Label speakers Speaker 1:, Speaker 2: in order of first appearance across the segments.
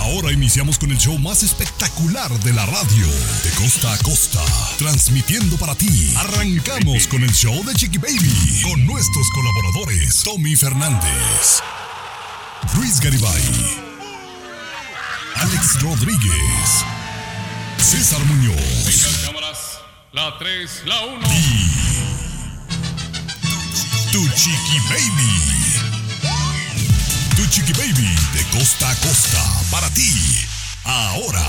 Speaker 1: Ahora iniciamos con el show más espectacular de la radio, de costa a costa, transmitiendo para ti. Arrancamos con el show de Chiqui Baby, con nuestros colaboradores, Tommy Fernández, Luis Garibay, Alex Rodríguez, César Muñoz.
Speaker 2: Vengan cámaras, la 3, la 1.
Speaker 1: Y tu Chiqui Baby. Tu Chiqui Baby de costa a costa, para ti, ahora.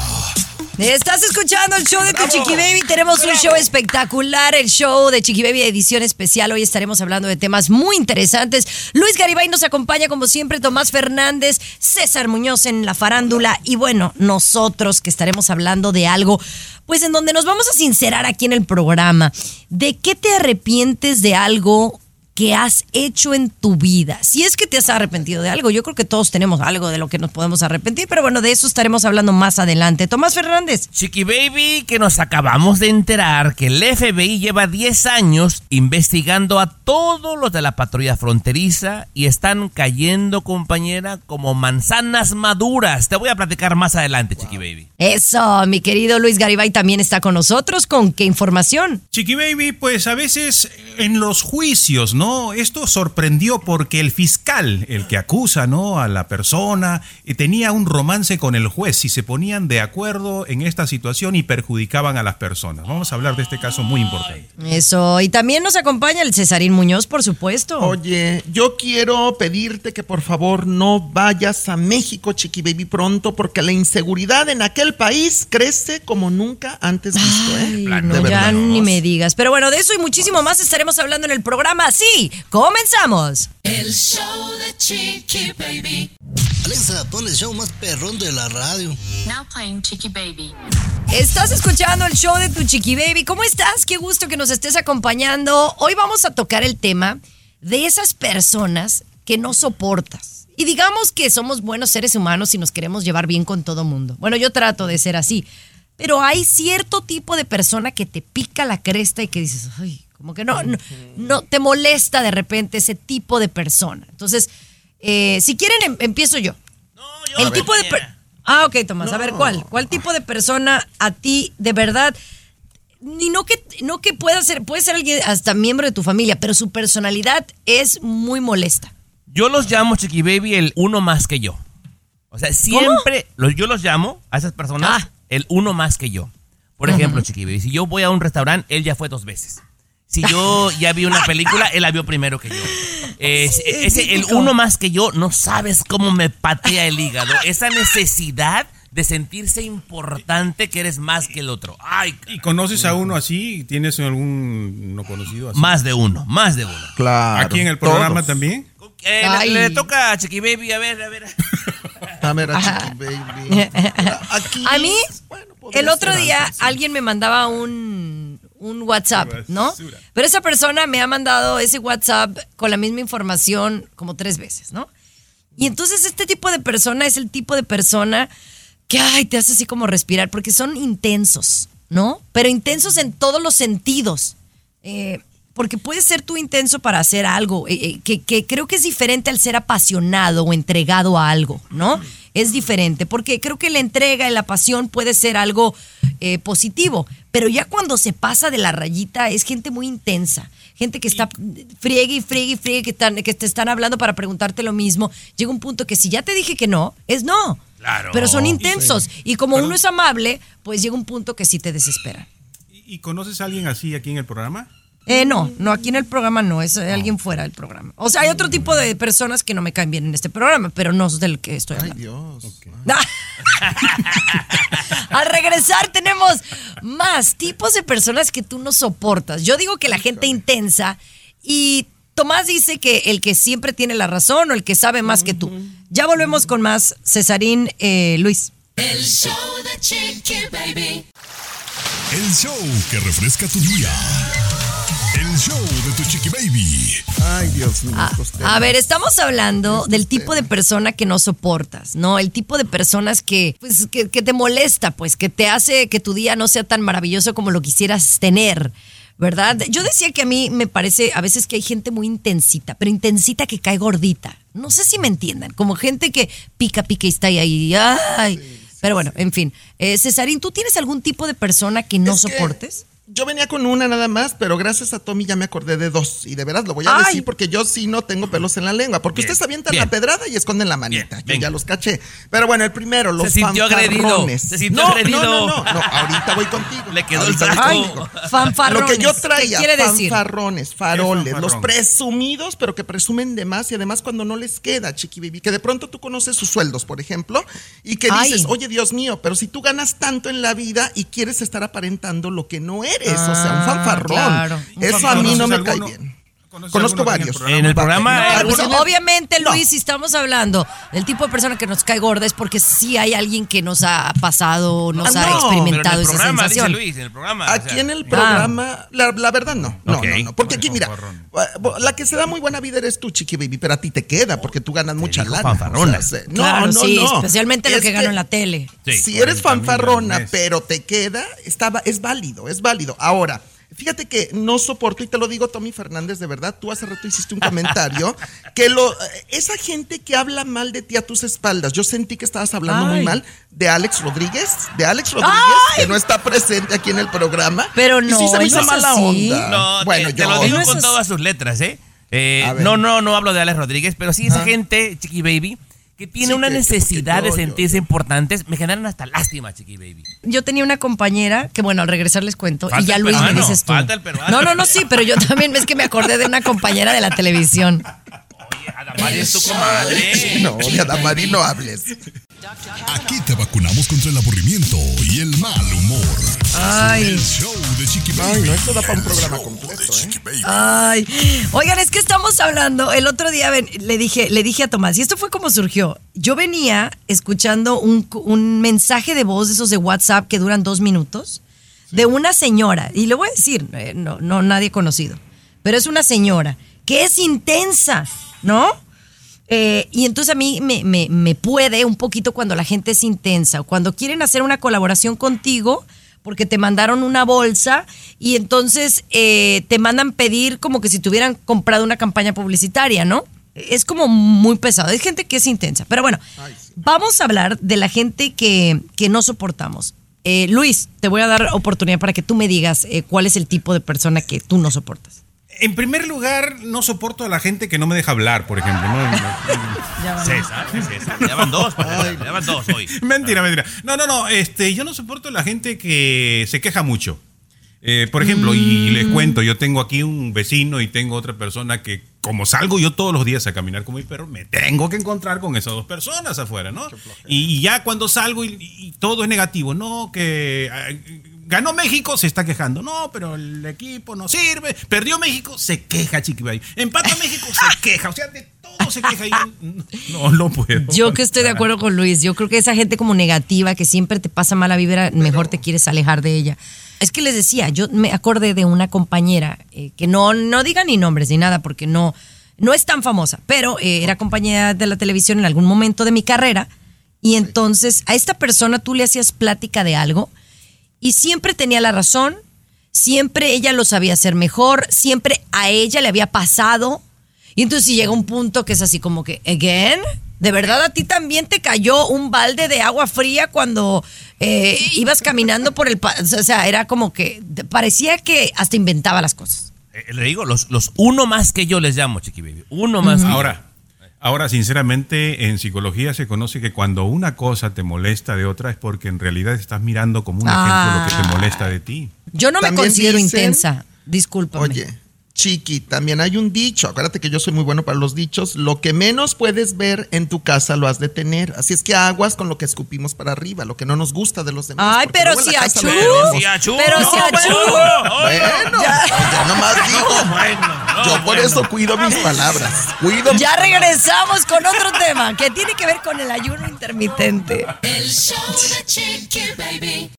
Speaker 3: Estás escuchando el show de Tu Chiqui Baby. Tenemos un show espectacular, el show de Chiqui Baby edición especial. Hoy estaremos hablando de temas muy interesantes. Luis Garibay nos acompaña como siempre, Tomás Fernández, César Muñoz en la farándula y bueno, nosotros que estaremos hablando de algo, pues en donde nos vamos a sincerar aquí en el programa. ¿De qué te arrepientes de algo que has hecho en tu vida? Si es que te has arrepentido de algo, yo creo que todos tenemos algo de lo que nos podemos arrepentir, pero bueno, de eso estaremos hablando más adelante. Tomás Fernández.
Speaker 4: Chiqui Baby, que nos acabamos de enterar que el FBI lleva 10 años investigando a todos los de la patrulla fronteriza y están cayendo, compañera, como manzanas maduras. Te voy a platicar más adelante, Chiqui Baby.
Speaker 3: Eso, mi querido Luis Garibay también está con nosotros. ¿Con qué información?
Speaker 5: Chiqui Baby, pues a veces en los juicios, ¿no? Esto sorprendió porque el fiscal, el que acusa, ¿no?, a la persona, tenía un romance con el juez y se ponían de acuerdo en esta situación y perjudicaban a las personas. Vamos a hablar de este caso muy importante.
Speaker 3: Eso, y también nos acompaña el Cesarín Muñoz, por supuesto.
Speaker 6: Oye, yo quiero pedirte que por favor no vayas a México, Chiqui Baby, pronto, porque la inseguridad en aquel país crece como nunca antes visto, ¿eh?
Speaker 3: Ay, no, ya ni me digas. Pero bueno, de eso y muchísimo más estaremos hablando en el programa. Sí, comenzamos.
Speaker 7: El show de Chiqui Baby.
Speaker 8: Alexa, pon el show más perrón de la radio.
Speaker 7: Now playing Chiqui Baby.
Speaker 3: Estás escuchando el show de Tu Chiqui Baby. ¿Cómo estás? Qué gusto que nos estés acompañando. Hoy vamos a tocar el tema de esas personas que no soportas. Y digamos que somos buenos seres humanos y nos queremos llevar bien con todo mundo. Bueno, yo trato de ser así. Pero hay cierto tipo de persona que te pica la cresta y que dices, ay, como que no te molesta de repente ese tipo de persona. Entonces, si quieren, empiezo yo.
Speaker 4: No, yo.
Speaker 3: El tipo de... ok, Tomás, a ver, ¿cuál tipo de persona a ti de verdad... Y no que puede ser alguien hasta miembro de tu familia, pero su personalidad es muy molesta?
Speaker 4: Yo los llamo, Chiqui Baby, el uno más que yo. O sea, siempre yo los llamo a esas personas el uno más que yo. Por ejemplo, Chiqui Baby, si yo voy a un restaurante, él ya fue 2 veces. Si yo ya vi una película, él la vio primero que yo. El uno más que yo, no sabes cómo me patea el hígado. Esa necesidad de sentirse importante, que eres más que el otro. Ay,
Speaker 5: ¿y conoces a uno así? ¿Tienes algún no conocido así?
Speaker 4: Más de uno.
Speaker 6: Claro.
Speaker 5: ¿Aquí en el programa
Speaker 6: todos
Speaker 5: también?
Speaker 4: Le toca a Chiqui Baby, a ver.
Speaker 6: A ver, a Chiqui Baby. Aquí,
Speaker 3: a mí,
Speaker 6: bueno,
Speaker 3: el otro
Speaker 6: ser
Speaker 3: día
Speaker 6: antes, sí.
Speaker 3: alguien me mandaba un WhatsApp, ¿no? Pero esa persona me ha mandado ese WhatsApp con la misma información como 3 veces, ¿no? Y entonces este tipo de persona es el tipo de persona que te hace así como respirar, porque son intensos, ¿no? Pero intensos en todos los sentidos. Porque puedes ser tú intenso para hacer algo, que creo que es diferente al ser apasionado o entregado a algo, ¿no? Es diferente, porque creo que la entrega y la pasión puede ser algo positivo, pero ya cuando se pasa de la rayita es gente muy intensa, gente que está friegue, que te están hablando para preguntarte lo mismo. Llega un punto que si ya te dije que no, es no.
Speaker 4: Claro.
Speaker 3: Pero son intensos, y como uno es amable, pues llega un punto que sí te desespera.
Speaker 5: ¿Y conoces a alguien así aquí en el programa?
Speaker 3: No, aquí en el programa no, es alguien fuera del programa. O sea, hay otro tipo de personas que no me caen bien en este programa, pero no es del que estoy hablando.
Speaker 6: Ay, Dios.
Speaker 5: Okay.
Speaker 3: Al regresar tenemos más tipos de personas que tú no soportas. Yo digo que la gente intensa, y Tomás dice que el que siempre tiene la razón o el que sabe más que tú. Ya volvemos con más, Cesarín, Luis.
Speaker 7: El show de Chiqui Baby.
Speaker 1: El show que refresca tu día. El show de Tu Chiqui Baby.
Speaker 6: Ay, Dios mío.
Speaker 3: A ver, estamos hablando del tipo de persona que no soportas, ¿no? El tipo de personas que te molesta, pues, que te hace que tu día no sea tan maravilloso como lo quisieras tener. ¿verdad? Yo decía que a mí me parece a veces que hay gente muy intensita, pero intensita que cae gordita. No sé si me entiendan, como gente que pica y está ahí. Ay. Sí. Pero bueno, en fin. Cesarín, ¿tú tienes algún tipo de persona que no soportes?
Speaker 6: Yo venía con una nada más, pero gracias a Tommy ya me acordé de dos. Y de veras lo voy a decir porque yo sí no tengo pelos en la lengua. Porque ustedes avientan la pedrada y esconden la manita. Yo ya los caché. Pero bueno, el primero, los fanfarrones.
Speaker 4: Se sintió agredido.
Speaker 6: No, ahorita voy contigo.
Speaker 4: Le quedó el saco.
Speaker 3: Fanfarrones.
Speaker 6: Lo que yo traía,
Speaker 3: ¿qué quiere decir?
Speaker 6: Fanfarrones, faroles, los presumidos, pero que presumen de más y además cuando no les queda, Chiqui Baby. Que de pronto tú conoces sus sueldos, por ejemplo, y que dices, oye, Dios mío, pero si tú ganas tanto en la vida y quieres estar aparentando lo que no eres. O sea, un fanfarrón. Claro, eso a mí no me cae bien. Conozco varios.
Speaker 4: En el programa.
Speaker 3: Obviamente, Luis, si estamos hablando del tipo de persona que nos cae gorda, es porque sí hay alguien que nos ha pasado, nos ha experimentado esa sensación.
Speaker 4: Dice Luis, en el programa.
Speaker 6: Aquí en el programa, la verdad no. No. Porque aquí, mira, la que se da muy buena vida eres tú, Chiqui Baby, pero a ti te queda porque tú ganas mucha lana.
Speaker 4: Fanfarrona.
Speaker 3: No. Especialmente lo que gano en la tele.
Speaker 6: Sí, si eres fanfarrona, pero te queda, es válido. Ahora, fíjate que no soporto, y te lo digo, Tommy Fernández, de verdad, tú hace rato hiciste un comentario, que esa gente que habla mal de ti a tus espaldas, yo sentí que estabas hablando muy mal de Alex Rodríguez, que no está presente aquí en el programa.
Speaker 3: Pero no,
Speaker 6: y sí se me hizo mala onda.
Speaker 4: No, bueno, te lo digo con todas sus letras, no hablo de Alex Rodríguez, pero sí esa gente, Chiqui Baby, que tiene una necesidad de sentirse importantes, me generan hasta lástima, Chiqui Baby.
Speaker 3: Yo tenía una compañera que, bueno, al regresar les cuento, y ya Luis me dices tú.
Speaker 4: Falta el peruano.
Speaker 3: No, sí, pero yo también es que me acordé de una compañera de la televisión.
Speaker 4: Oye, Adamari es tu comadre.
Speaker 6: No, de Adamari no hables.
Speaker 1: Aquí te vacunamos contra el aburrimiento y el mal humor.
Speaker 3: Ay.
Speaker 1: El show de Chiqui Baby.
Speaker 6: Ay, no, esto da para un programa completo,
Speaker 3: Ay. Oigan, es que estamos hablando, el otro día le dije a Tomás, y esto fue como surgió. Yo venía escuchando un mensaje de voz de esos de WhatsApp que duran 2 minutos, de una señora, y le voy a decir, no nadie conocido, pero es una señora que es intensa, ¿no? Y entonces a mí me puede un poquito cuando la gente es intensa, o cuando quieren hacer una colaboración contigo porque te mandaron una bolsa y entonces te mandan pedir como que si te hubieran comprado una campaña publicitaria, ¿no? Es como muy pesado, hay gente que es intensa. Pero bueno, vamos a hablar de la gente que no soportamos. Luis, te voy a dar oportunidad para que tú me digas cuál es el tipo de persona que tú no soportas.
Speaker 5: En primer lugar, no soporto a la gente que no me deja hablar, por ejemplo.
Speaker 4: César. Ya van dos hoy.
Speaker 5: Mentira. No. Yo no soporto a la gente que se queja mucho. Por ejemplo, y les cuento, yo tengo aquí un vecino y tengo otra persona que, como salgo yo todos los días a caminar con mi perro, me tengo que encontrar con esas dos personas afuera, ¿no? Y ya cuando salgo y todo es negativo, no, que ganó México, se está quejando, no, pero el equipo no sirve, perdió México, se queja, Chiqui Baby, empata México, se queja, o sea, de todo se queja y no puedo.
Speaker 3: Yo que estoy de acuerdo con Luis, yo creo que esa gente como negativa, que siempre te pasa mala vibra, mejor te quieres alejar de ella. Es que les decía, yo me acordé de una compañera que no diga ni nombres ni nada porque no es tan famosa, pero era compañera de la televisión en algún momento de mi carrera y entonces a esta persona tú le hacías plática de algo y siempre tenía la razón, siempre ella lo sabía hacer mejor, siempre a ella le había pasado y entonces si llega un punto que es así como que, ¿again? ¿De verdad a ti también te cayó un balde de agua fría cuando ibas caminando por el... O sea, era como que parecía que hasta inventaba las cosas.
Speaker 4: Le digo, los uno más que yo les llamo, Chiqui Baby. Uno más que yo.
Speaker 5: Ahora, sinceramente, en psicología se conoce que cuando una cosa te molesta de otra es porque en realidad estás mirando como un ejemplo lo que te molesta de ti.
Speaker 3: Yo no me considero intensa, discúlpame.
Speaker 6: Oye, Chiqui, también hay un dicho, acuérdate que yo soy muy bueno para los dichos, lo que menos puedes ver en tu casa lo has de tener, así es que aguas con lo que escupimos para arriba, lo que no nos gusta de los demás.
Speaker 3: Ay, pero si achú.
Speaker 6: Bueno, ya nomás digo, yo por eso cuido mis palabras.
Speaker 3: Ya regresamos con otro tema que tiene que ver con el ayuno intermitente.
Speaker 7: El show de Chiqui Baby.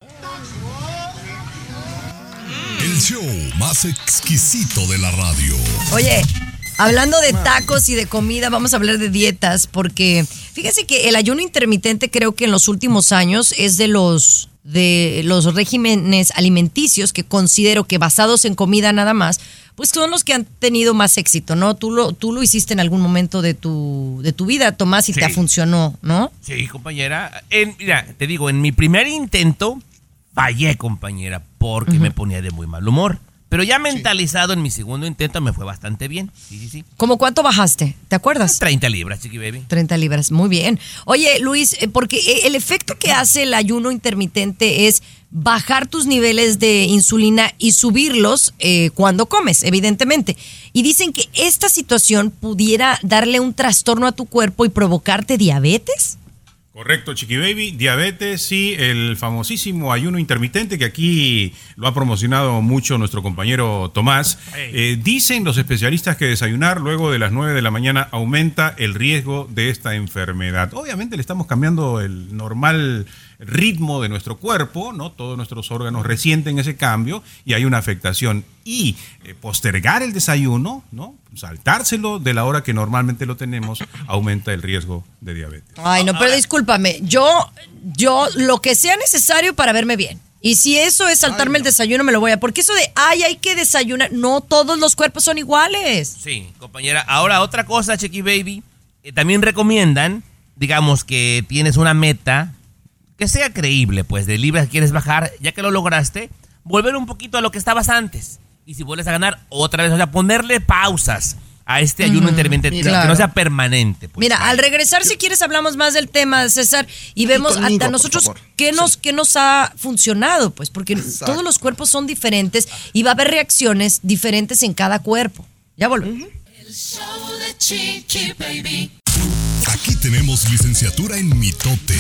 Speaker 1: El show más exquisito de la radio.
Speaker 3: Oye, hablando de tacos y de comida, vamos a hablar de dietas porque fíjense que el ayuno intermitente creo que en los últimos años es de los de los regímenes alimenticios que considero que basados en comida nada más, pues son los que han tenido más éxito, ¿no? Tú lo hiciste en algún momento de tu vida, Tomás, y
Speaker 4: Sí.
Speaker 3: te funcionó, ¿no?
Speaker 4: Sí, compañera. Mira, te digo, en mi primer intento fallé, compañera, porque me ponía de muy mal humor. Pero ya mentalizado en mi segundo intento me fue bastante bien. Sí.
Speaker 3: ¿Cómo cuánto bajaste? ¿Te acuerdas?
Speaker 4: 30 libras, Chiqui Baby.
Speaker 3: 30 libras, muy bien. Oye, Luis, porque el efecto que hace el ayuno intermitente es bajar tus niveles de insulina y subirlos cuando comes, evidentemente. Y dicen que esta situación pudiera darle un trastorno a tu cuerpo y provocarte diabetes.
Speaker 5: Correcto, Chiqui Baby. Diabetes, sí, el famosísimo ayuno intermitente que aquí lo ha promocionado mucho nuestro compañero Tomás. Dicen los especialistas que desayunar luego de las 9 de la mañana aumenta el riesgo de esta enfermedad. Obviamente le estamos cambiando el normal ritmo de nuestro cuerpo, ¿no? Todos nuestros órganos resienten ese cambio y hay una afectación. Y postergar el desayuno, ¿no? Saltárselo de la hora que normalmente lo tenemos, aumenta el riesgo de diabetes.
Speaker 3: Ay, no, pero discúlpame, yo lo que sea necesario para verme bien. Y si eso es saltarme el desayuno, me lo voy a... Porque eso de, hay que desayunar, no todos los cuerpos son iguales.
Speaker 4: Sí, compañera. Ahora, otra cosa, Chiqui Baby. También recomiendan, digamos que tienes una meta que sea creíble, pues, de libras que quieres bajar, ya que lo lograste, volver un poquito a lo que estabas antes. Y si vuelves a ganar, otra vez, o sea, ponerle pausas a este ayuno intermitente,
Speaker 3: claro.
Speaker 4: Que no sea permanente. Pues.
Speaker 3: Mira, al regresar, si quieres, hablamos más del tema, César, y vemos
Speaker 6: conmigo,
Speaker 3: hasta
Speaker 6: por
Speaker 3: nosotros
Speaker 6: favor.
Speaker 3: qué nos ha funcionado, pues, porque todos los cuerpos son diferentes y va a haber reacciones diferentes en cada cuerpo. Ya volvemos.
Speaker 7: El show de Chiqui Baby.
Speaker 1: Aquí tenemos licenciatura en mitote.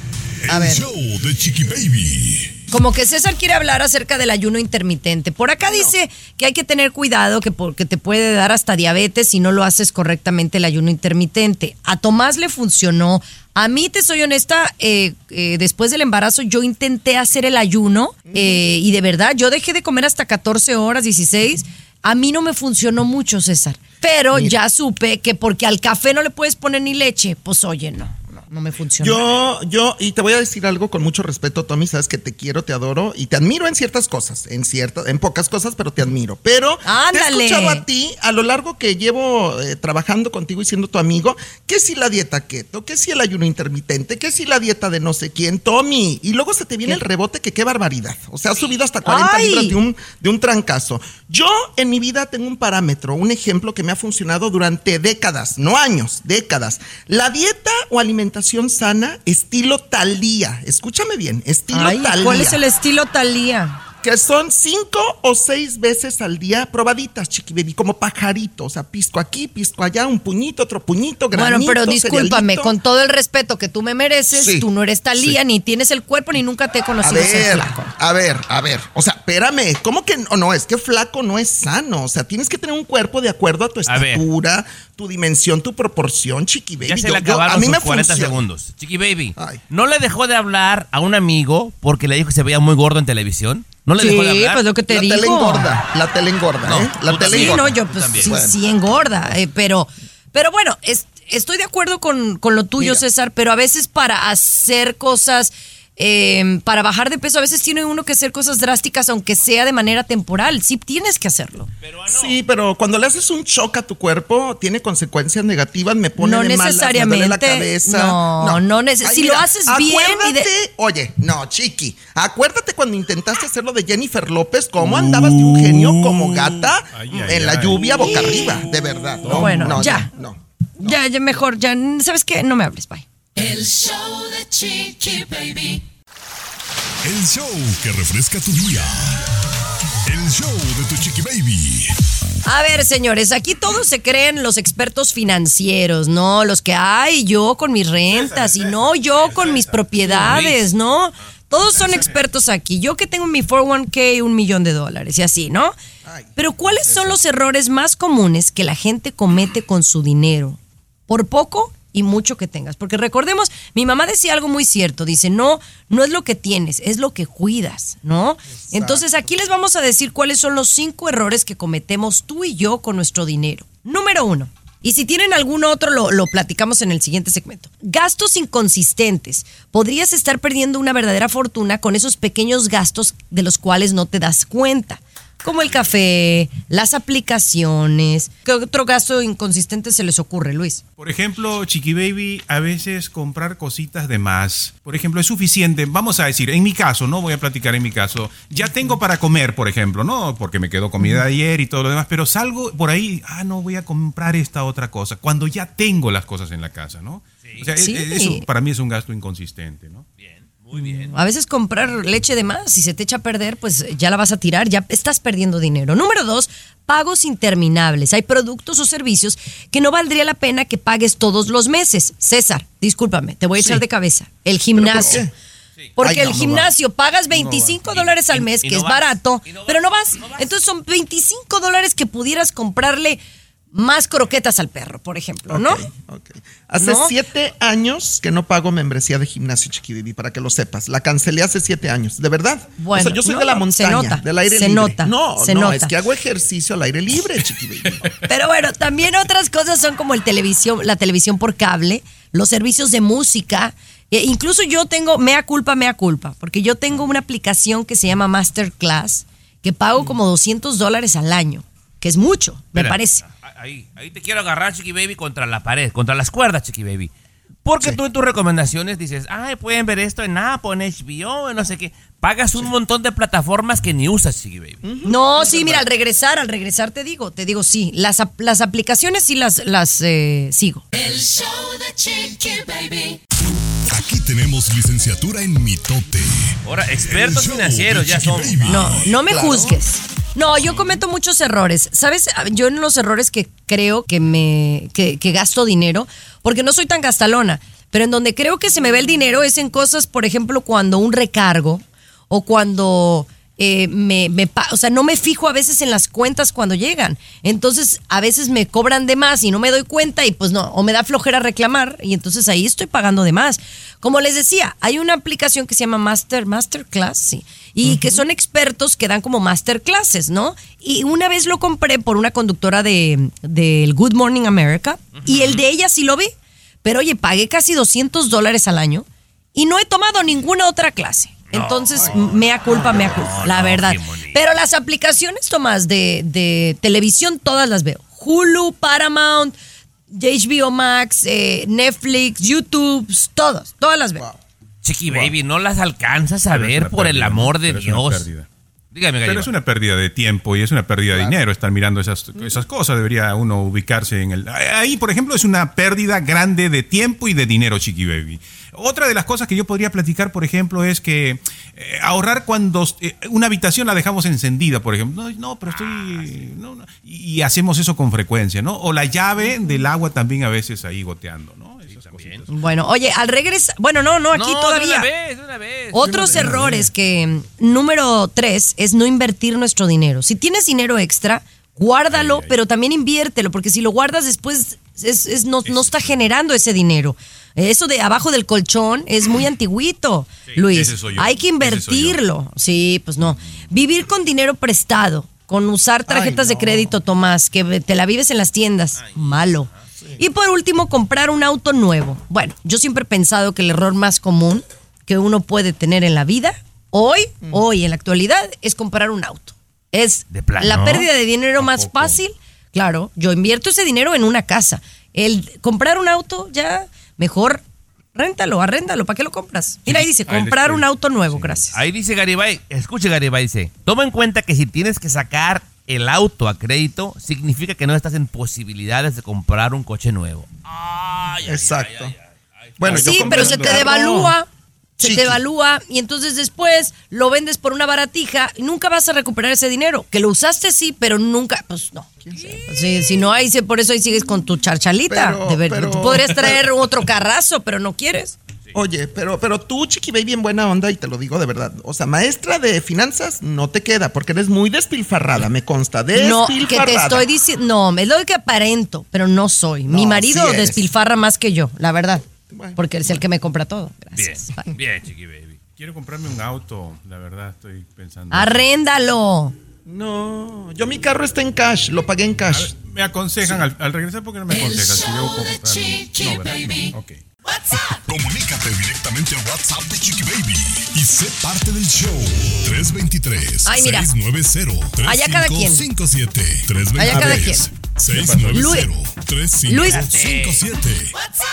Speaker 3: A
Speaker 1: El
Speaker 3: ver.
Speaker 1: show de Chiqui Baby.
Speaker 3: Como que César quiere hablar acerca del ayuno intermitente. Por acá dice que hay que tener cuidado porque te puede dar hasta diabetes si no lo haces correctamente el ayuno intermitente. A Tomás le funcionó. A mí, te soy honesta, después del embarazo yo intenté hacer el ayuno y de verdad yo dejé de comer hasta 14 horas, 16. A mí no me funcionó mucho, César. Pero ya supe que porque al café no le puedes poner ni leche, pues oye, no me funcionó.
Speaker 6: Y te voy a decir algo con mucho respeto, Tommy, sabes que te quiero, te adoro y te admiro en ciertas cosas, en pocas cosas, pero te admiro. Pero te he
Speaker 3: Ándale.
Speaker 6: escuchado a ti a lo largo que llevo trabajando contigo y siendo tu amigo, que si la dieta keto, que si el ayuno intermitente, que si la dieta de no sé quién, Tommy, y luego se te viene el rebote, que qué barbaridad. O sea, has subido hasta 40
Speaker 3: ¡Ay!
Speaker 6: libras de un trancazo. Yo en mi vida tengo un parámetro, un ejemplo que me ha funcionado durante décadas, no años, décadas. La dieta o alimentación sana estilo Thalía. Escúchame bien, estilo Thalía.
Speaker 3: ¿Cuál es el estilo Thalía?
Speaker 6: Que son 5 o 6 veces al día probaditas, Chiqui Baby, como pajarito. O sea, pisco aquí, pisco allá, un puñito, otro puñito, granito,
Speaker 3: Bueno, pero discúlpame,
Speaker 6: cerealito.
Speaker 3: con todo el respeto que tú me mereces,
Speaker 6: Sí,
Speaker 3: tú no eres Thalía,
Speaker 6: sí.
Speaker 3: ni tienes el cuerpo, ni nunca te he
Speaker 6: A
Speaker 3: conocido ser
Speaker 6: ver,
Speaker 3: flaco.
Speaker 6: a ver. O sea, espérame, ¿cómo que no? Es que flaco no es sano. O sea, tienes que tener un cuerpo de acuerdo a tu
Speaker 4: A ver.
Speaker 6: estatura, tu dimensión, tu proporción, Chiqui Baby.
Speaker 4: Ya se le acabaron
Speaker 6: a mí
Speaker 4: sus
Speaker 6: me
Speaker 4: 40
Speaker 6: funciona.
Speaker 4: segundos. Chiqui Baby,
Speaker 6: Ay.
Speaker 4: ¿no le dejó de hablar a un amigo porque le dijo que se veía muy gordo en televisión? ¿No le
Speaker 3: Sí,
Speaker 4: dejó de hablar?
Speaker 3: pues lo que te
Speaker 6: La
Speaker 3: digo.
Speaker 6: tele engorda, la tele engorda,
Speaker 4: No,
Speaker 6: ¿eh? La
Speaker 4: tú
Speaker 6: tele
Speaker 4: también.
Speaker 3: Sí,
Speaker 6: engorda.
Speaker 3: no, yo pues
Speaker 4: También.
Speaker 3: sí,
Speaker 6: Bueno.
Speaker 3: sí engorda, pero bueno, estoy de acuerdo con lo tuyo,
Speaker 6: Mira.
Speaker 3: César, pero a veces para hacer cosas, para bajar de peso, a veces tiene uno que hacer cosas drásticas, aunque sea de manera temporal. Sí tienes que hacerlo.
Speaker 6: Sí, pero cuando le haces un shock a tu cuerpo, tiene consecuencias negativas, me pone
Speaker 3: No
Speaker 6: de malas,
Speaker 3: necesariamente.
Speaker 6: me duele la cabeza.
Speaker 3: No, si lo haces bien y de-
Speaker 6: acuérdate, oye, no, Chiqui, acuérdate cuando intentaste hacer lo de Jennifer López, cómo andabas de un genio como gata en la lluvia boca arriba, de verdad. No,
Speaker 3: Bueno,
Speaker 6: no,
Speaker 3: ya.
Speaker 6: No.
Speaker 3: Ya, mejor, ya, ¿sabes qué? No me hables, bye.
Speaker 7: El show de Chiqui Baby.
Speaker 1: El show que refresca tu día. El show de tu Chiqui Baby.
Speaker 3: A ver, señores, aquí todos se creen los expertos financieros, ¿no? Los que, yo con mis rentas y no yo con mis propiedades, ¿no? Todos son expertos aquí. Yo que tengo mi 401k, $1 millón y así, ¿no? Pero ¿cuáles son los errores más comunes que la gente comete con su dinero? Por poco y mucho que tengas. Porque recordemos, mi mamá decía algo muy cierto. Dice, no es lo que tienes, es lo que cuidas, ¿no? Entonces aquí les vamos a decir cuáles son los 5 errores que cometemos tú y yo con nuestro dinero. Número 1, Y si tienen algún otro, lo platicamos en el siguiente segmento. Gastos inconsistentes. Podrías estar perdiendo una verdadera fortuna con esos pequeños gastos de los cuales no te das cuenta. Como el café, las aplicaciones. ¿Qué otro gasto inconsistente se les ocurre, Luis?
Speaker 5: Por ejemplo, Chiqui Baby, a veces comprar cositas de más. Por ejemplo, es suficiente. Vamos a decir, en mi caso, ¿no? Voy a platicar en mi caso. Ya tengo para comer, por ejemplo, ¿no? Porque me quedó comida de ayer y todo lo demás. Pero salgo por ahí, no voy a comprar esta otra cosa. Cuando ya tengo las cosas en la casa, ¿no? Sí. O sea,
Speaker 3: Sí.
Speaker 5: eso para mí es un gasto inconsistente, ¿no?
Speaker 4: Muy bien.
Speaker 3: A veces comprar leche de más, si se te echa a perder, pues ya la vas a tirar, ya estás perdiendo dinero. Número 2, pagos interminables. Hay productos o servicios que no valdría la pena que pagues todos los meses. César, discúlpame, te voy a echar de cabeza. El gimnasio.
Speaker 6: ¿Pero por
Speaker 5: qué?
Speaker 3: Porque
Speaker 6: Ay,
Speaker 3: el
Speaker 6: no
Speaker 3: gimnasio pagas $25 al mes,
Speaker 4: y
Speaker 3: que
Speaker 4: no
Speaker 3: es
Speaker 4: vas,
Speaker 3: barato,
Speaker 4: y no vas,
Speaker 3: pero no vas.
Speaker 4: y no vas.
Speaker 3: Entonces son $25 que pudieras comprarle más croquetas al perro, por ejemplo, ¿no?
Speaker 6: Ok. Hace
Speaker 3: ¿No?
Speaker 6: 7 años que no pago membresía de gimnasio, Chiqui Baby, para que lo sepas. La cancelé hace 7 años, de verdad.
Speaker 3: Bueno,
Speaker 6: o sea, yo soy
Speaker 3: no,
Speaker 6: de la
Speaker 3: se
Speaker 6: montaña,
Speaker 3: nota,
Speaker 6: del aire
Speaker 3: se
Speaker 6: libre.
Speaker 3: nota,
Speaker 6: No,
Speaker 3: se
Speaker 6: no,
Speaker 3: nota.
Speaker 6: es que hago ejercicio al aire libre, Chiqui Baby.
Speaker 3: Pero bueno, también otras cosas son como la televisión por cable, los servicios de música. Incluso yo tengo, mea culpa, porque yo tengo una aplicación que se llama Masterclass, que pago como $200 al año, que es mucho, me
Speaker 4: Espera,
Speaker 3: parece.
Speaker 4: Ahí te quiero agarrar, Chiqui Baby, contra la pared, contra las cuerdas, Chiqui Baby. Porque tú en tus recomendaciones dices, pueden ver esto en Apple, en HBO, en no sé qué. Pagas un montón de plataformas que ni usas, Chiqui Baby.
Speaker 3: No, sí, mira, al regresar te digo, sí, las aplicaciones sí las sigo.
Speaker 7: El show de Chiqui Baby.
Speaker 1: Aquí tenemos licenciatura en mitote.
Speaker 4: Ahora, expertos
Speaker 1: El show
Speaker 4: financieros
Speaker 1: de
Speaker 4: ya
Speaker 1: Chiqui
Speaker 4: son.
Speaker 1: Baby.
Speaker 3: No me juzgues. No, yo cometo muchos errores. ¿Sabes? Yo en los errores que creo que gasto dinero, porque no soy tan gastalona, pero en donde creo que se me ve el dinero es en cosas, por ejemplo, cuando un recargo o cuando o sea, no me fijo a veces en las cuentas cuando llegan. Entonces, a veces me cobran de más y no me doy cuenta y pues no, o me da flojera reclamar y entonces ahí estoy pagando de más. Como les decía, hay una aplicación que se llama Masterclass, sí, y que son expertos que dan como masterclasses, ¿no? Y una vez lo compré por una conductora del Good Morning America y el de ella sí lo vi, pero oye, pagué casi $200 al año y no he tomado ninguna otra clase. Entonces, mea culpa, la verdad.
Speaker 4: qué bonito.
Speaker 3: Pero las aplicaciones, Tomás, de televisión, todas las veo. Hulu, Paramount, HBO Max, Netflix, YouTube, todas las veo.
Speaker 4: Chiqui Baby, no las alcanzas a ver, por el amor de Dios. Dígame,
Speaker 5: Pero
Speaker 4: Gallego.
Speaker 5: es una pérdida de tiempo y es una pérdida de dinero estar mirando esas cosas. Debería uno ubicarse en el... Ahí, por ejemplo, es una pérdida grande de tiempo y de dinero, Chiqui Baby. Otra de las cosas que yo podría platicar, por ejemplo, es que ahorrar cuando una habitación la dejamos encendida, por ejemplo. No, pero estoy... y hacemos eso con frecuencia, ¿no? O la llave del agua también a veces ahí goteando, ¿no? Esas cositas.
Speaker 3: Bueno, oye, al regresar... Bueno, no, aquí todavía.
Speaker 4: De una vez.
Speaker 3: Otros errores que, número 3, es no invertir nuestro dinero. Si tienes dinero extra, guárdalo, pero también inviértelo, porque si lo guardas después no está generando ese dinero. Eso de abajo del colchón es muy antiguito, Luis.
Speaker 5: ese soy yo.
Speaker 3: Hay que invertirlo. Sí, pues no. Vivir con dinero prestado, con usar tarjetas de crédito, Tomás, que te la vives en las tiendas. Malo. Y por último, comprar un auto nuevo. Bueno, yo siempre he pensado que el error más común que uno puede tener en la vida, hoy, en la actualidad, es comprar un auto. Es
Speaker 4: ¿De plano?
Speaker 3: la pérdida de dinero más fácil. Claro, yo invierto ese dinero en una casa. El comprar un auto, ya mejor arréndalo. ¿Para qué lo compras? Mira, ahí dice,
Speaker 5: Ahí
Speaker 3: comprar
Speaker 5: estoy.
Speaker 3: un auto nuevo, gracias.
Speaker 4: Ahí dice Garibay, escuche Garibay, dice, toma en cuenta que si tienes que sacar el auto a crédito, significa que no estás en posibilidades de comprar un coche nuevo.
Speaker 6: Exacto. Bueno, yo
Speaker 3: Sí,
Speaker 6: compré
Speaker 3: pero
Speaker 6: un
Speaker 3: se te
Speaker 6: carro
Speaker 3: devalúa. Se
Speaker 6: chiqui.
Speaker 3: te devalúa y entonces después lo vendes por una baratija y nunca vas a recuperar ese dinero. Que lo usaste sí, pero nunca, pues no. Sí, si no, por eso ahí sigues con tu charchalita.
Speaker 6: Pero-
Speaker 3: Tú podrías traer otro carrazo, pero no quieres.
Speaker 6: Oye, pero tú, Chiqui Baby, en buena onda, y te lo digo de verdad. O sea, maestra de finanzas no te queda, porque eres muy despilfarrada, me consta.
Speaker 3: No, que
Speaker 6: Despilfarrada.
Speaker 3: te estoy diciendo, no, es lo que aparento, pero no soy. Mi
Speaker 6: No,
Speaker 3: marido
Speaker 6: sí eres.
Speaker 3: despilfarra más que yo, la verdad.
Speaker 6: Bueno.
Speaker 3: Porque es el que me compra todo.
Speaker 4: Bien,
Speaker 3: Gracias. Bye.
Speaker 4: bien, Chiqui Baby.
Speaker 5: Quiero comprarme un auto, la verdad, estoy pensando.
Speaker 3: Arréndalo.
Speaker 6: No, yo mi carro está en cash, lo pagué en cash.
Speaker 5: Me aconsejan al regresar, ¿por qué no me aconsejan? Si debo comprar. No, ¿verdad? Ok.
Speaker 1: Comunícate directamente al WhatsApp de Chiqui Baby y sé parte del show. 323-690-3557.
Speaker 3: Allá cada quien.
Speaker 1: 323-690-3557.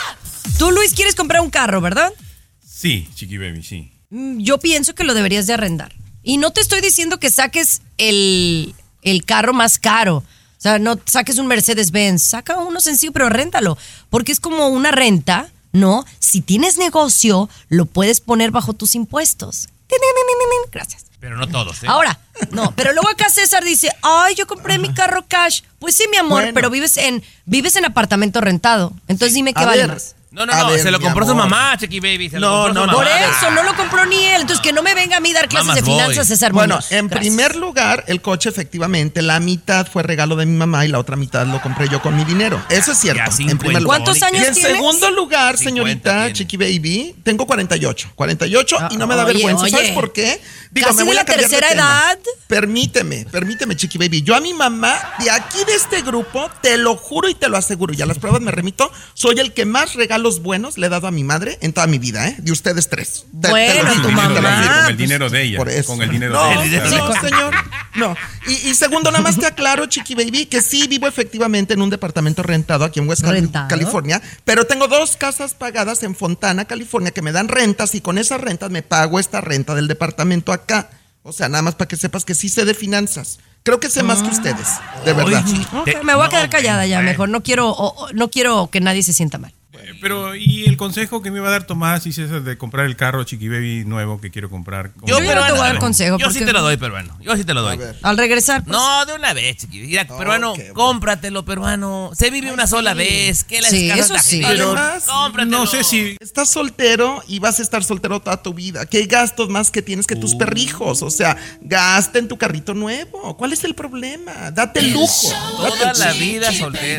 Speaker 3: Tú, Luis, quieres comprar un carro, ¿verdad?
Speaker 5: Sí, Chiqui Baby, sí.
Speaker 3: Yo pienso que lo deberías de arrendar. Y no te estoy diciendo que saques el carro más caro. O sea, no saques un Mercedes-Benz. Saca uno sencillo, pero réntalo. Porque es como una renta, ¿no? Si tienes negocio, lo puedes poner bajo tus impuestos. Gracias.
Speaker 4: Pero no todos, ¿eh?
Speaker 3: Ahora, no, pero luego acá César dice, ay, yo compré mi carro cash. Pues sí, mi amor, pero vives en apartamento rentado. Entonces dime qué vale más.
Speaker 4: No, se lo compró su mamá, Chiqui Baby.
Speaker 3: No, por eso, no lo compró ni él. Entonces, que no me venga a mí dar clases de finanzas, César Muñoz.
Speaker 6: Bueno, en primer lugar, el coche, efectivamente, la mitad fue regalo de mi mamá y la otra mitad lo compré yo con mi dinero. Eso es cierto. En primer lugar.
Speaker 3: ¿Cuántos años tienes?
Speaker 6: Y en segundo lugar, señorita Chiqui Baby, tengo 48. 48 y no me da vergüenza. ¿Sabes por qué? Digo,
Speaker 3: ¿casi
Speaker 6: me voy
Speaker 3: de la
Speaker 6: a cambiar
Speaker 3: tercera
Speaker 6: de tema.
Speaker 3: edad?
Speaker 6: Permíteme, Chiqui Baby. Yo a mi mamá, de aquí de este grupo, te lo juro y te lo aseguro, y a las pruebas me remito, soy el que más regalos buenos le he dado a mi madre en toda mi vida, ¿eh? De ustedes tres.
Speaker 3: Bueno, tu mamá.
Speaker 5: Con el dinero de ella.
Speaker 6: Por eso.
Speaker 5: Con el dinero de ella.
Speaker 6: No, señor. No. Y segundo, nada más te aclaro, Chiqui Baby, que sí vivo efectivamente en un departamento rentado aquí en West California, pero tengo 2 casas pagadas en Fontana, California, que me dan rentas y con esas rentas me pago esta renta del departamento acá. O sea, nada más para que sepas que sí sé de finanzas. Creo que sé más que ustedes, de verdad.
Speaker 3: Okay, me voy a quedar callada ya, mejor. No quiero que nadie se sienta mal.
Speaker 5: Pero, ¿y el consejo que me iba a dar Tomás y César de comprar el carro Chiqui Baby nuevo que quiero comprar?
Speaker 3: Yo no te voy a dar consejo.
Speaker 4: Yo sí te lo doy, peruano. Yo sí te lo doy.
Speaker 3: Al regresar, pues.
Speaker 4: No, de una vez, Chiqui. Mira, peruano, cómpratelo, peruano. Se vive una sola vez. ¿Qué las casas
Speaker 3: eso sí.
Speaker 6: Pero
Speaker 4: cómpratelo.
Speaker 5: No sé si...
Speaker 6: Estás soltero y vas a estar soltero toda tu vida. ¿Qué gastos más que tienes que tus perrijos? O sea, gasta en tu carrito nuevo. ¿Cuál es el problema? Date el lujo.
Speaker 4: Toda la vida soltero.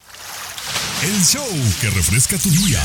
Speaker 1: El show que refresca tu día.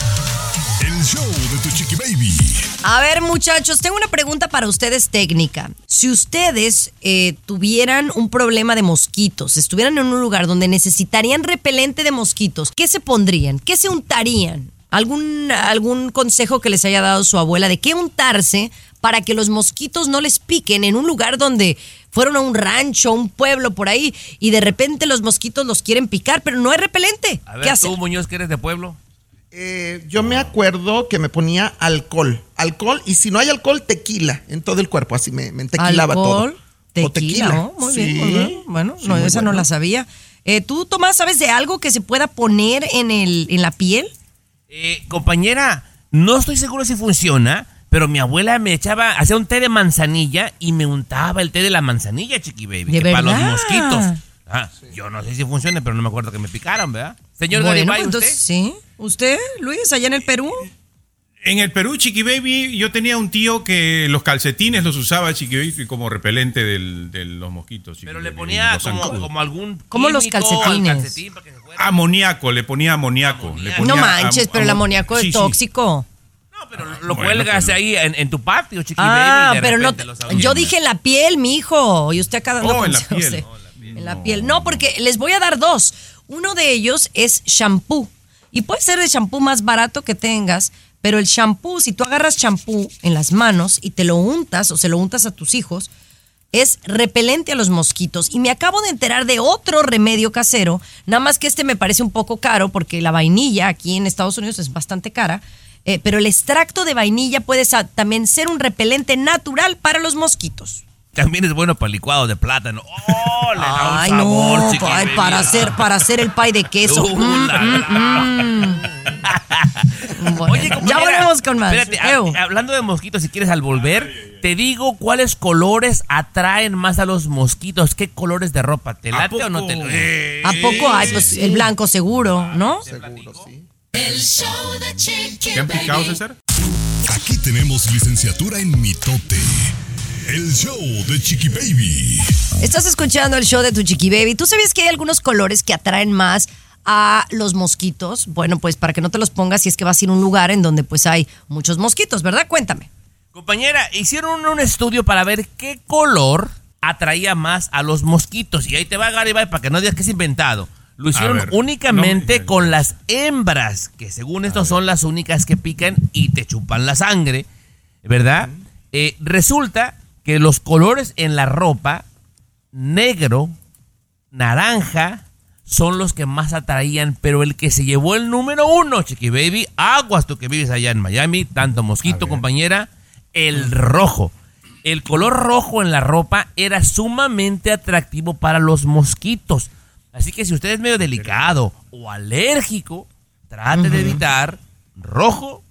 Speaker 1: El show de tu Chiqui Baby.
Speaker 3: A ver, muchachos, tengo una pregunta para ustedes técnica. Si ustedes tuvieran un problema de mosquitos, estuvieran en un lugar donde necesitarían repelente de mosquitos, ¿qué se pondrían? ¿Qué se untarían? ¿Algún consejo que les haya dado su abuela de qué untarse para que los mosquitos no les piquen en un lugar donde fueron a un rancho, un pueblo por ahí y de repente los mosquitos los quieren picar, pero no hay repelente?
Speaker 4: A ver,
Speaker 3: ¿qué hacer?
Speaker 4: tú, Muñoz, que eres de pueblo.
Speaker 6: Yo me acuerdo que me ponía alcohol y si no hay alcohol, tequila en todo el cuerpo, así me entequilaba todo.
Speaker 3: Tequila, ¿no? Muy bien. Bueno, no, esa no la sabía. ¿Tú, Tomás, sabes de algo que se pueda poner en la piel?
Speaker 4: Compañera, no estoy seguro si funciona, pero mi abuela hacía un té de manzanilla y me untaba el té de la manzanilla, Chiqui Baby.
Speaker 3: ¿De verdad?
Speaker 4: Para los mosquitos. Yo no sé si funciona, pero no me acuerdo que me picaran, ¿verdad? Señor Garibay,
Speaker 3: pues,
Speaker 4: ¿usted?
Speaker 3: Sí. ¿Usted, Luis, allá en el Perú?
Speaker 5: En el Perú, Chiqui Baby, yo tenía un tío que los calcetines los usaba, Chiqui Baby, como repelente de los mosquitos. Chiqui
Speaker 4: Pero
Speaker 5: Baby,
Speaker 4: le ponía
Speaker 5: los zancudos.
Speaker 4: como algún
Speaker 3: ¿Cómo los
Speaker 4: químico
Speaker 3: calcetines?
Speaker 4: al calcetín para que se fuera.
Speaker 5: Amoníaco, le ponía amoníaco. Le ponía
Speaker 3: No manches, pero el amoníaco es tóxico.
Speaker 4: No, pero lo cuelgas ahí en tu patio, Chiqui Baby. y de
Speaker 3: pero no.
Speaker 4: repente los ahuyentas.
Speaker 3: Yo dije en la piel, mijo. Y usted acá dando
Speaker 5: en la
Speaker 3: consejos
Speaker 5: piel.
Speaker 3: en la piel. No, porque les voy a dar 2. Uno de ellos es shampoo. Y puede ser el shampoo más barato que tengas, pero el shampoo, si tú agarras shampoo en las manos y te lo untas o se lo untas a tus hijos, es repelente a los mosquitos. Y me acabo de enterar de otro remedio casero, nada más que este me parece un poco caro porque la vainilla aquí en Estados Unidos es bastante cara, pero el extracto de vainilla puede también ser un repelente natural para los mosquitos.
Speaker 4: También es bueno para el licuado de plátano. ¡Oh, le da un
Speaker 3: Ay,
Speaker 4: sabor,
Speaker 3: no,
Speaker 4: Chiqui
Speaker 3: ay,
Speaker 4: Baby!
Speaker 3: para hacer el pie de queso. Bueno,
Speaker 4: Oye, compañera,
Speaker 3: ya volvemos con más.
Speaker 4: Espérate, hablando de mosquitos, si quieres al volver, te digo cuáles colores atraen más a los mosquitos. ¿Qué colores de ropa? ¿Te late o no te late?
Speaker 3: ¿A poco hay? Pues el blanco seguro, ¿no?
Speaker 6: Seguro, sí.
Speaker 7: El show de Chiqui
Speaker 5: ¿Te han picado,
Speaker 7: Baby.
Speaker 5: César?
Speaker 1: Aquí tenemos licenciatura en mitote. El show de Chiqui Baby.
Speaker 3: Estás escuchando el show de tu Chiqui Baby. ¿Tú sabías que hay algunos colores que atraen más a los mosquitos? Bueno, pues para que no te los pongas si es que vas a ir a un lugar en donde pues hay muchos mosquitos, ¿verdad? Cuéntame.
Speaker 4: Compañera, hicieron un estudio para ver qué color atraía más a los mosquitos. Y ahí te va, Garibay, para que no digas que es inventado. Lo hicieron
Speaker 5: ver,
Speaker 4: únicamente con las hembras, que según esto son las únicas que pican y te chupan la sangre, ¿verdad? Resulta que los colores en la ropa, negro, naranja, son los que más atraían, pero el que se llevó el número 1, Chiqui Baby, aguas tú que vives allá en Miami, tanto mosquito, compañera, el rojo. El color rojo en la ropa era sumamente atractivo para los mosquitos. Así que si usted es medio delicado o alérgico, trate de evitar rojo,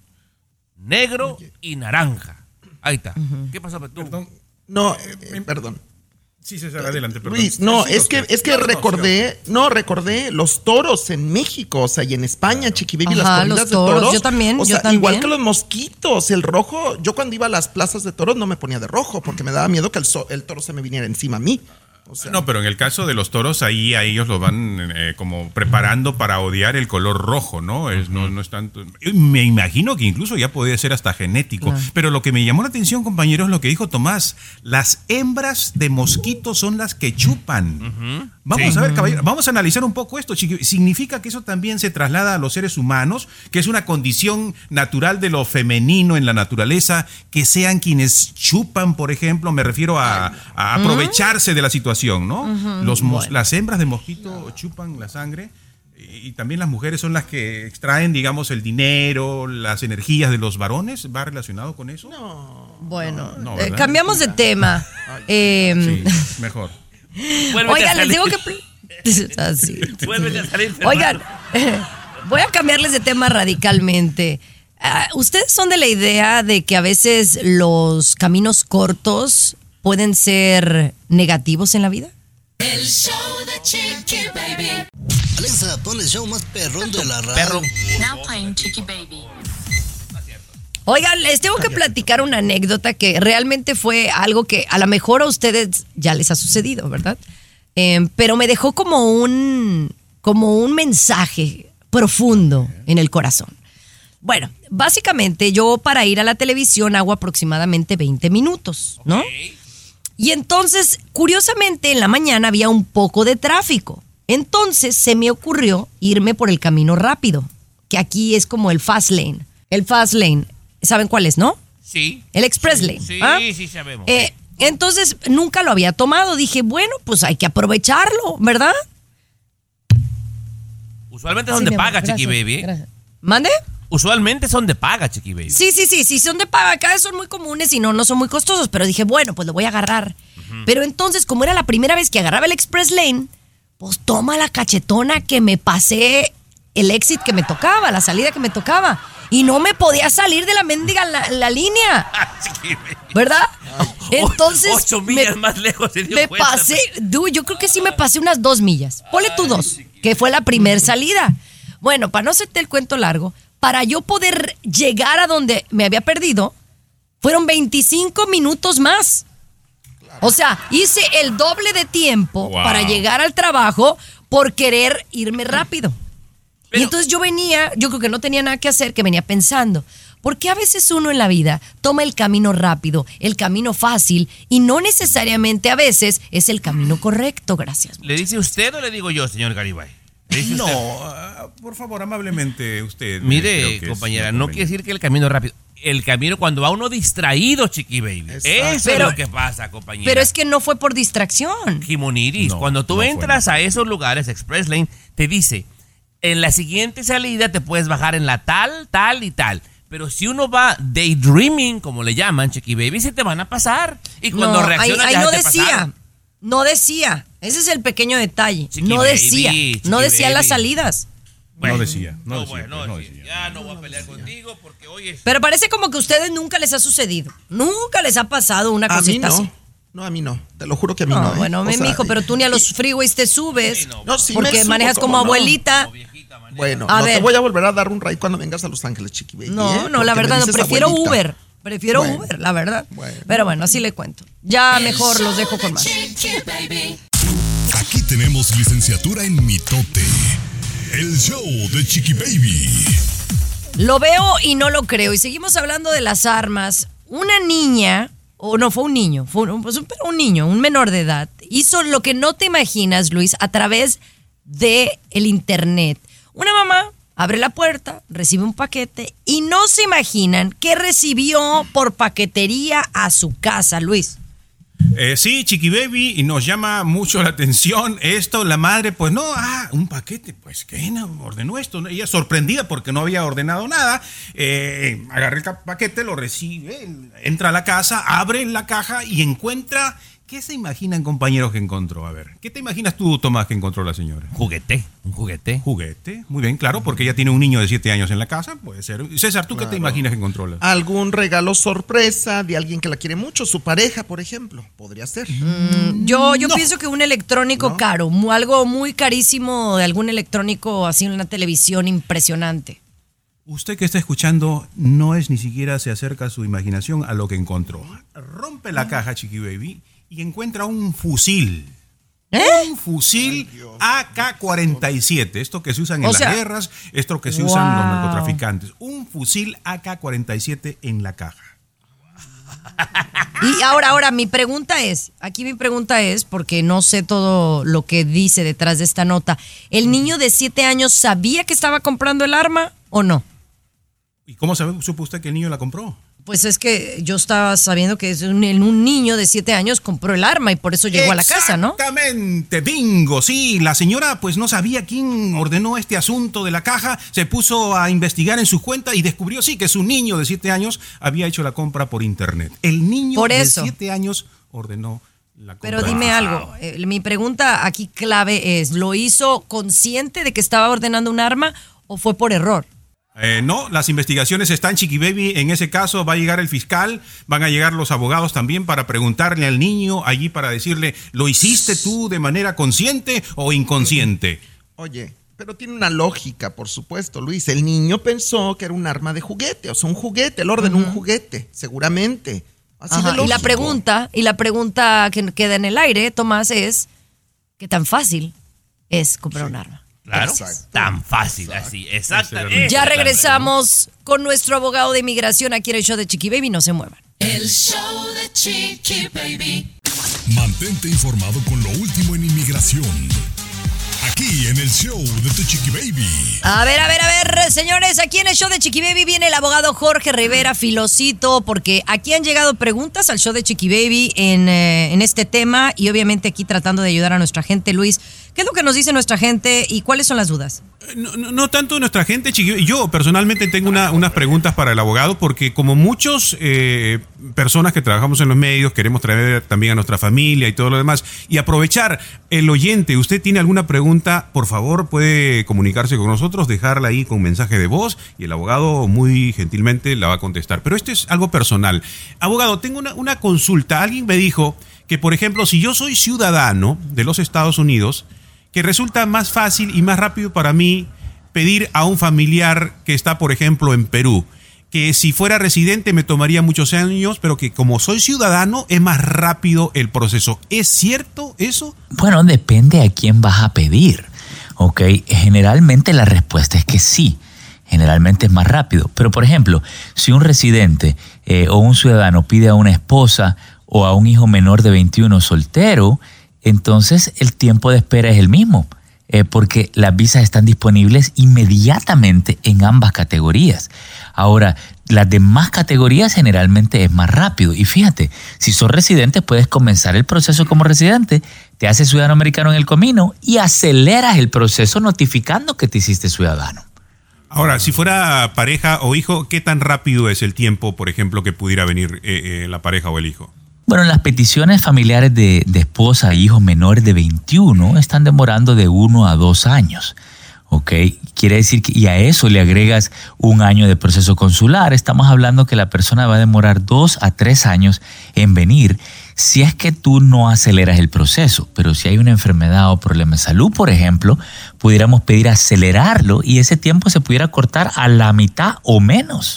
Speaker 4: negro y naranja. Ahí está. ¿Qué pasó, tú?
Speaker 6: Perdón. No, perdón.
Speaker 5: Sí, César, adelante, perdón.
Speaker 6: Luis, no, es que recordé los toros en México, o sea, y en España, Chiqui Baby, las corridas
Speaker 3: los
Speaker 6: de toros.
Speaker 3: Yo también,
Speaker 6: o sea,
Speaker 3: yo también.
Speaker 6: igual que los mosquitos, el rojo, yo cuando iba a las plazas de toros no me ponía de rojo, porque me daba miedo que el toro se me viniera encima a mí. O sea,
Speaker 5: No, pero en el caso de los toros, ahí a ellos lo van como preparando para odiar el color rojo, ¿no? No es tanto. Me imagino que incluso ya podría ser hasta genético. Pero lo que me llamó la atención, compañeros, es lo que dijo Tomás. Las hembras de mosquitos son las que chupan. Vamos a ver, caballero, vamos a analizar un poco esto. ¿Significa que eso también se traslada a los seres humanos? ¿Que es una condición natural de lo femenino en la naturaleza? ¿Que sean quienes chupan, por ejemplo? Me refiero a aprovecharse de la situación, ¿no? Las hembras de mosquito chupan la sangre y también las mujeres son las que extraen, digamos, el dinero, las energías de los varones. ¿Va relacionado con eso?
Speaker 3: Bueno,
Speaker 5: No,
Speaker 3: cambiamos de tema.
Speaker 5: Sí, mejor.
Speaker 3: Oigan, les digo que... Así.
Speaker 4: Vuélvete a salir.
Speaker 3: Oigan, voy a cambiarles de tema radicalmente. ¿Ustedes son de la idea de que a veces los caminos cortos pueden ser negativos en la vida?
Speaker 7: El show de Chiqui Baby.
Speaker 8: Alexa, pon el show más perrón de la radio.
Speaker 4: Perro.
Speaker 7: Now playing Chiqui Baby.
Speaker 3: Oigan, les tengo que platicar una anécdota que realmente fue algo que a lo mejor a ustedes ya les ha sucedido, ¿verdad? Pero me dejó como un mensaje profundo en el corazón. Bueno, básicamente yo para ir a la televisión hago aproximadamente 20 minutos, ¿no?
Speaker 4: Okay.
Speaker 3: Y entonces, curiosamente, en la mañana había un poco de tráfico. Entonces se me ocurrió irme por el camino rápido, que aquí es como el fast lane. El fast lane, ¿saben cuál es, no?
Speaker 4: Sí.
Speaker 3: El express lane.
Speaker 4: Sí,
Speaker 3: ¿ah?
Speaker 4: sí sabemos.
Speaker 3: Entonces, nunca lo había tomado. Dije, bueno, pues hay que aprovecharlo, ¿verdad?
Speaker 4: Usualmente son de paga,
Speaker 3: Gracias,
Speaker 4: Chiqui Baby.
Speaker 3: gracias. ¿Mande?
Speaker 4: Usualmente son de paga, Chiqui Baby.
Speaker 3: Sí, son de paga. Cada vez son muy comunes y no son muy costosos. Pero dije, bueno, pues lo voy a agarrar. Pero entonces, como era la primera vez que agarraba el express lane, pues toma la cachetona que me pasé el exit que me tocaba, la salida que me tocaba. Y no me podía salir de la mendiga la línea. ¿Verdad? Entonces
Speaker 4: 8 millas más lejos se dio
Speaker 3: me
Speaker 4: cuenta.
Speaker 3: pasé, yo creo que sí me pasé unas 2 millas. Ponle tú 2, que fue la primer salida. Bueno, para no hacerte el cuento largo, para yo poder llegar a donde me había perdido, fueron 25 minutos más. O sea, hice el doble de tiempo para llegar al trabajo por querer irme rápido. Y entonces yo creo que no tenía nada que hacer, que venía pensando, ¿por qué a veces uno en la vida toma el camino rápido, el camino fácil, y no necesariamente a veces es el camino correcto? Gracias.
Speaker 4: ¿Le dice usted o le digo yo, señor Garibay? ¿Le dice usted?
Speaker 5: Por favor, amablemente usted.
Speaker 4: Mire, compañera, no quiere decir que el camino es rápido. El camino cuando va uno distraído, Chiqui Baby. Eso es lo que pasa, compañera.
Speaker 3: Pero es que no fue por distracción.
Speaker 4: Jimoniris, cuando tú entras a esos lugares, Express Lane, te dice, en la siguiente salida te puedes bajar en la tal, tal y tal. Pero si uno va daydreaming, como le llaman, Chiqui Baby, se te van a pasar. Y cuando reaccionas
Speaker 3: ahí
Speaker 4: ya
Speaker 3: no
Speaker 4: te
Speaker 3: decía.
Speaker 4: pasaron.
Speaker 3: No decía. Ese es el pequeño detalle.
Speaker 4: Chiqui
Speaker 3: no
Speaker 4: Baby,
Speaker 3: decía.
Speaker 4: Chiqui
Speaker 3: No decía
Speaker 4: Baby.
Speaker 3: las salidas.
Speaker 5: No decía.
Speaker 4: Ya no voy a pelear contigo porque hoy es...
Speaker 3: Pero parece como que a ustedes nunca les ha sucedido. Nunca les ha pasado una
Speaker 6: a mí
Speaker 3: cosita
Speaker 6: no.
Speaker 3: así.
Speaker 6: No, a mí no. Te lo juro que a mí no.
Speaker 3: No, bueno,
Speaker 6: O sea,
Speaker 3: mijo, pero tú ni a los freeways te subes.
Speaker 6: No, sí
Speaker 3: porque
Speaker 6: me subo,
Speaker 3: manejas como
Speaker 6: ¿cómo no?
Speaker 3: abuelita.
Speaker 6: Bueno,
Speaker 3: A
Speaker 6: no
Speaker 3: ver.
Speaker 6: te voy a volver a dar un ride cuando vengas a Los Ángeles, Chiqui Baby.
Speaker 3: No, la
Speaker 6: Porque
Speaker 3: verdad,
Speaker 6: me
Speaker 3: no,
Speaker 6: dices
Speaker 3: prefiero
Speaker 6: abuelita.
Speaker 3: Uber. Prefiero
Speaker 6: Bueno.
Speaker 3: Uber, la verdad.
Speaker 6: Bueno.
Speaker 3: Pero bueno, así le cuento. Ya mejor los dejo con más.
Speaker 7: Chiqui Baby.
Speaker 1: Aquí tenemos licenciatura en mitote. El show de Chiqui Baby.
Speaker 3: Lo veo y no lo creo. Y seguimos hablando de las armas. Una niña o no, fue un niño, un niño, un menor de edad, hizo lo que no te imaginas, Luis, a través de el internet. Una mamá abre la puerta, recibe un paquete y no se imaginan qué recibió por paquetería a su casa, Luis.
Speaker 5: Sí, Chiqui Baby, y nos llama mucho la atención esto. La madre, pues no, un paquete, pues ¿qué ordenó esto? Ella sorprendida porque no había ordenado nada. Agarra el paquete, lo recibe, entra a la casa, abre la caja y encuentra... ¿Qué se imaginan, compañeros, que encontró? A ver, ¿qué te imaginas tú, Tomás, que encontró la señora?
Speaker 4: Un juguete.
Speaker 5: Juguete, muy bien, claro, porque ella tiene un niño de 7 años en la casa, puede ser. César, ¿tú qué te imaginas que encontró?
Speaker 6: Algún regalo sorpresa de alguien que la quiere mucho, su pareja, por ejemplo, podría ser.
Speaker 3: Yo pienso que un electrónico caro, algo muy carísimo de algún electrónico así en una televisión impresionante.
Speaker 5: Usted que está escuchando no es ni siquiera se acerca a su imaginación a lo que encontró. Rompe la caja, Chiqui Baby, y encuentra un fusil. Un fusil AK-47. Esto que se usan en las guerras, esto que se usan los narcotraficantes. Un fusil AK-47 en la caja.
Speaker 3: Y ahora mi pregunta es, porque no sé todo lo que dice detrás de esta nota. ¿El niño de 7 años sabía que estaba comprando el arma o no?
Speaker 5: ¿Y cómo supo usted que el niño la compró?
Speaker 3: Pues es que yo estaba sabiendo que un niño de 7 años compró el arma y por eso llegó a la casa, ¿no?
Speaker 5: Exactamente, bingo, sí. La señora pues no sabía quién ordenó este asunto de la caja, se puso a investigar en su cuenta y descubrió, sí, que su niño de 7 años había hecho la compra por internet. El niño de 7 años ordenó la compra.
Speaker 3: Pero dime algo, mi pregunta aquí clave es, ¿lo hizo consciente de que estaba ordenando un arma o fue por error?
Speaker 5: No, las investigaciones están, Chiqui Baby. En ese caso va a llegar el fiscal, van a llegar los abogados también para preguntarle al niño allí para decirle, ¿lo hiciste tú de manera consciente o inconsciente?
Speaker 6: Oye, pero tiene una lógica, por supuesto, Luis. El niño pensó que era un arma de juguete, o sea, un juguete, él ordenó un juguete, seguramente. Así de lógico.
Speaker 3: Y la pregunta que queda en el aire, Tomás, es ¿qué tan fácil es comprar un arma?
Speaker 4: Claro, tan fácil así, exactamente.
Speaker 3: Ya regresamos con nuestro abogado de inmigración aquí en el show de Chiqui Baby, no se muevan.
Speaker 7: El show de Chiqui Baby.
Speaker 1: Mantente informado con lo último en inmigración. Aquí en el show de tu Chiqui Baby.
Speaker 3: A ver, señores, aquí en el show de Chiqui Baby viene el abogado Jorge Rivera, filosito, porque aquí han llegado preguntas al show de Chiqui Baby en este tema y obviamente aquí tratando de ayudar a nuestra gente. Luis, ¿qué es lo que nos dice nuestra gente y cuáles son las dudas?
Speaker 5: No tanto nuestra gente, Chiqui. Yo personalmente tengo unas preguntas para el abogado porque como muchos personas que trabajamos en los medios queremos traer también a nuestra familia y todo lo demás y aprovechar el oyente. ¿Usted tiene alguna pregunta? Por favor, puede comunicarse con nosotros, dejarla ahí con mensaje de voz y el abogado muy gentilmente la va a contestar. Pero esto es algo personal. Abogado, tengo una consulta. Alguien me dijo que, por ejemplo, si yo soy ciudadano de los Estados Unidos, que resulta más fácil y más rápido para mí pedir a un familiar que está, por ejemplo, en Perú, que si fuera residente me tomaría muchos años, pero que como soy ciudadano es más rápido el proceso. ¿Es cierto eso?
Speaker 9: Bueno, depende a quién vas a pedir, ¿ok? Generalmente la respuesta es que sí. Generalmente es más rápido. Pero, por ejemplo, si un residente o un ciudadano pide a una esposa o a un hijo menor de 21 soltero, entonces el tiempo de espera es el mismo, porque las visas están disponibles inmediatamente en ambas categorías. Ahora, las demás categorías generalmente es más rápido. Y fíjate, si sos residente puedes comenzar el proceso como residente, te haces ciudadano americano en el camino y aceleras el proceso notificando que te hiciste ciudadano.
Speaker 5: Ahora, si fuera pareja o hijo, ¿qué tan rápido es el tiempo, por ejemplo, que pudiera venir la pareja o el hijo?
Speaker 9: Bueno, las peticiones familiares de esposa e hijos menores de 21 están demorando de 1 a 2 años. ¿Ok? Quiere decir que, y a eso le agregas 1 año de proceso consular, estamos hablando que la persona va a demorar 2 a 3 años en venir si es que tú no aceleras el proceso. Pero si hay una enfermedad o problema de salud, por ejemplo, pudiéramos pedir acelerarlo y ese tiempo se pudiera cortar a la mitad o menos.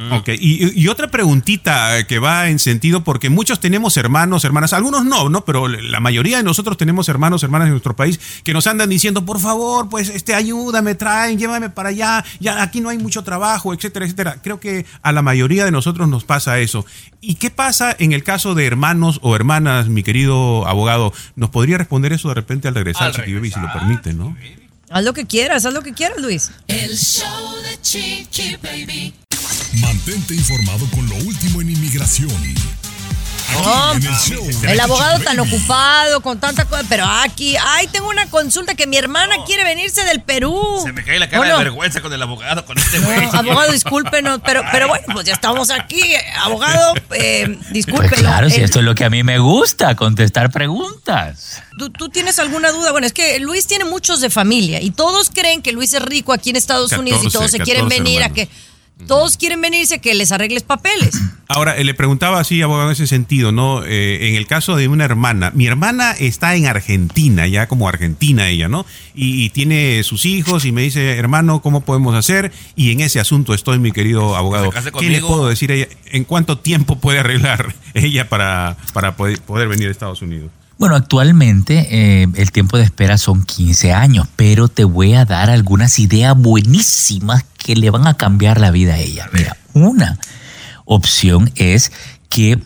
Speaker 5: Ok, y otra preguntita que va en sentido, porque muchos tenemos hermanos, hermanas, algunos no, pero la mayoría de nosotros tenemos hermanos, hermanas en nuestro país que nos andan diciendo, por favor, pues ayúdame, traen, llévame para allá, ya aquí no hay mucho trabajo, etcétera, etcétera. Creo que a la mayoría de nosotros nos pasa eso. ¿Y qué pasa en el caso de hermanos o hermanas, mi querido abogado? ¿Nos podría responder eso de repente al regresar, Chiqui Baby, si lo permite, no?
Speaker 3: Haz lo que quieras, Luis.
Speaker 7: El show de Chiqui Baby.
Speaker 1: Mantente informado con lo último en inmigración. Aquí en el show.
Speaker 3: El abogado tan ocupado con tanta cosa, pero aquí, tengo una consulta que mi hermana quiere venirse del Perú.
Speaker 4: Se me cae la cara de vergüenza con el abogado, con este güey.
Speaker 3: Abogado, discúlpenos, pero bueno, pues ya estamos aquí. Abogado, discúlpenos.
Speaker 9: Pues claro, si esto es lo que a mí me gusta, contestar preguntas.
Speaker 3: ¿Tú tienes alguna duda? Bueno, es que Luis tiene muchos de familia y todos creen que Luis es rico aquí en Estados Unidos y todos se quieren venir hermanos. Todos quieren venirse que les arregles papeles.
Speaker 5: Ahora, le preguntaba así, abogado, en ese sentido, ¿no? En el caso de una hermana, mi hermana está en Argentina, ya como argentina ella, ¿no? Y tiene sus hijos y me dice, hermano, ¿cómo podemos hacer? Y en ese asunto estoy, mi querido abogado. ¿Qué le puedo decir a ella? ¿En cuánto tiempo puede arreglar ella para poder venir a Estados Unidos?
Speaker 9: Bueno, actualmente el tiempo de espera son 15 años, pero te voy a dar algunas ideas buenísimas que le van a cambiar la vida a ella. Mira, una opción es que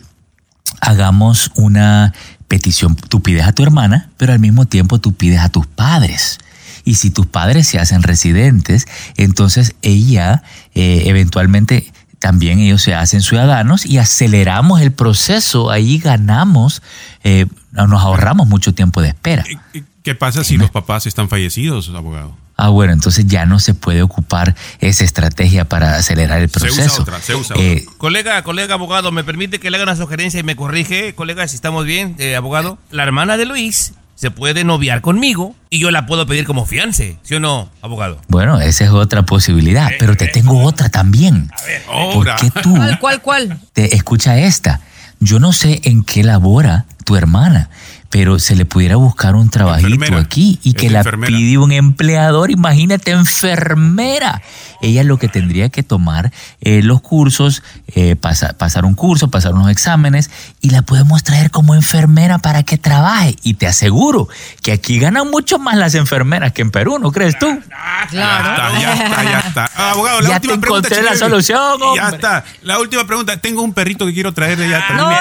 Speaker 9: hagamos una petición. Tú pides a tu hermana, pero al mismo tiempo tú pides a tus padres. Y si tus padres se hacen residentes, entonces ella eventualmente también ellos se hacen ciudadanos y aceleramos el proceso. Ahí ganamos, nos ahorramos mucho tiempo de espera.
Speaker 5: ¿Qué pasa si los papás están fallecidos, abogado?
Speaker 9: Bueno, entonces ya no se puede ocupar esa estrategia para acelerar el proceso.
Speaker 5: Se usa otra.
Speaker 4: Colega abogado, ¿me permite que le haga una sugerencia y me corrige, colega, si estamos bien, abogado? La hermana de Luis se puede noviar conmigo y yo la puedo pedir como fiance, ¿sí o no, abogado?
Speaker 9: Bueno, esa es otra posibilidad, pero te tengo otra también.
Speaker 4: A ver,
Speaker 9: ¿por qué tú?
Speaker 3: ¿Cuál?
Speaker 9: Escucha esta. Yo no sé en qué labora tu hermana, pero se le pudiera buscar un trabajito aquí y que la pide un empleador. Imagínate, enfermera. Ella lo que tendría que tomar los cursos, pasar un curso, pasar unos exámenes y la podemos traer como enfermera para que trabaje. Y te aseguro que aquí ganan mucho más las enfermeras que en Perú, ¿no crees tú?
Speaker 3: Claro.
Speaker 5: Ya está. Abogado, la
Speaker 9: ya
Speaker 5: última
Speaker 9: te
Speaker 5: pregunta.
Speaker 9: Encontré la solución, hombre.
Speaker 5: Ya está. La última pregunta. Tengo un perrito que quiero traer de allá.
Speaker 3: No,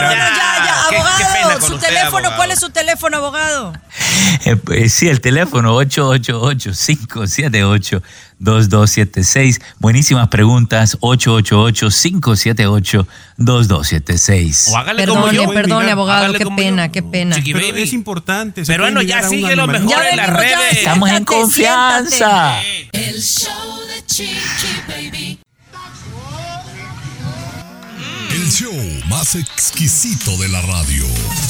Speaker 3: ya. Abogado, su teléfono,
Speaker 4: abogado.
Speaker 3: ¿Cuál es su teléfono, abogado?
Speaker 9: Sí, el teléfono 888-578-2276. Buenísimas preguntas, 888-578-2276.
Speaker 3: Perdone, abogado, qué pena.
Speaker 5: Pero es importante.
Speaker 4: Pero bueno, ya sigue lo mejor en las redes.
Speaker 9: Estamos en confianza.
Speaker 7: El show de Chiqui Baby.
Speaker 1: El show más exquisito de la radio.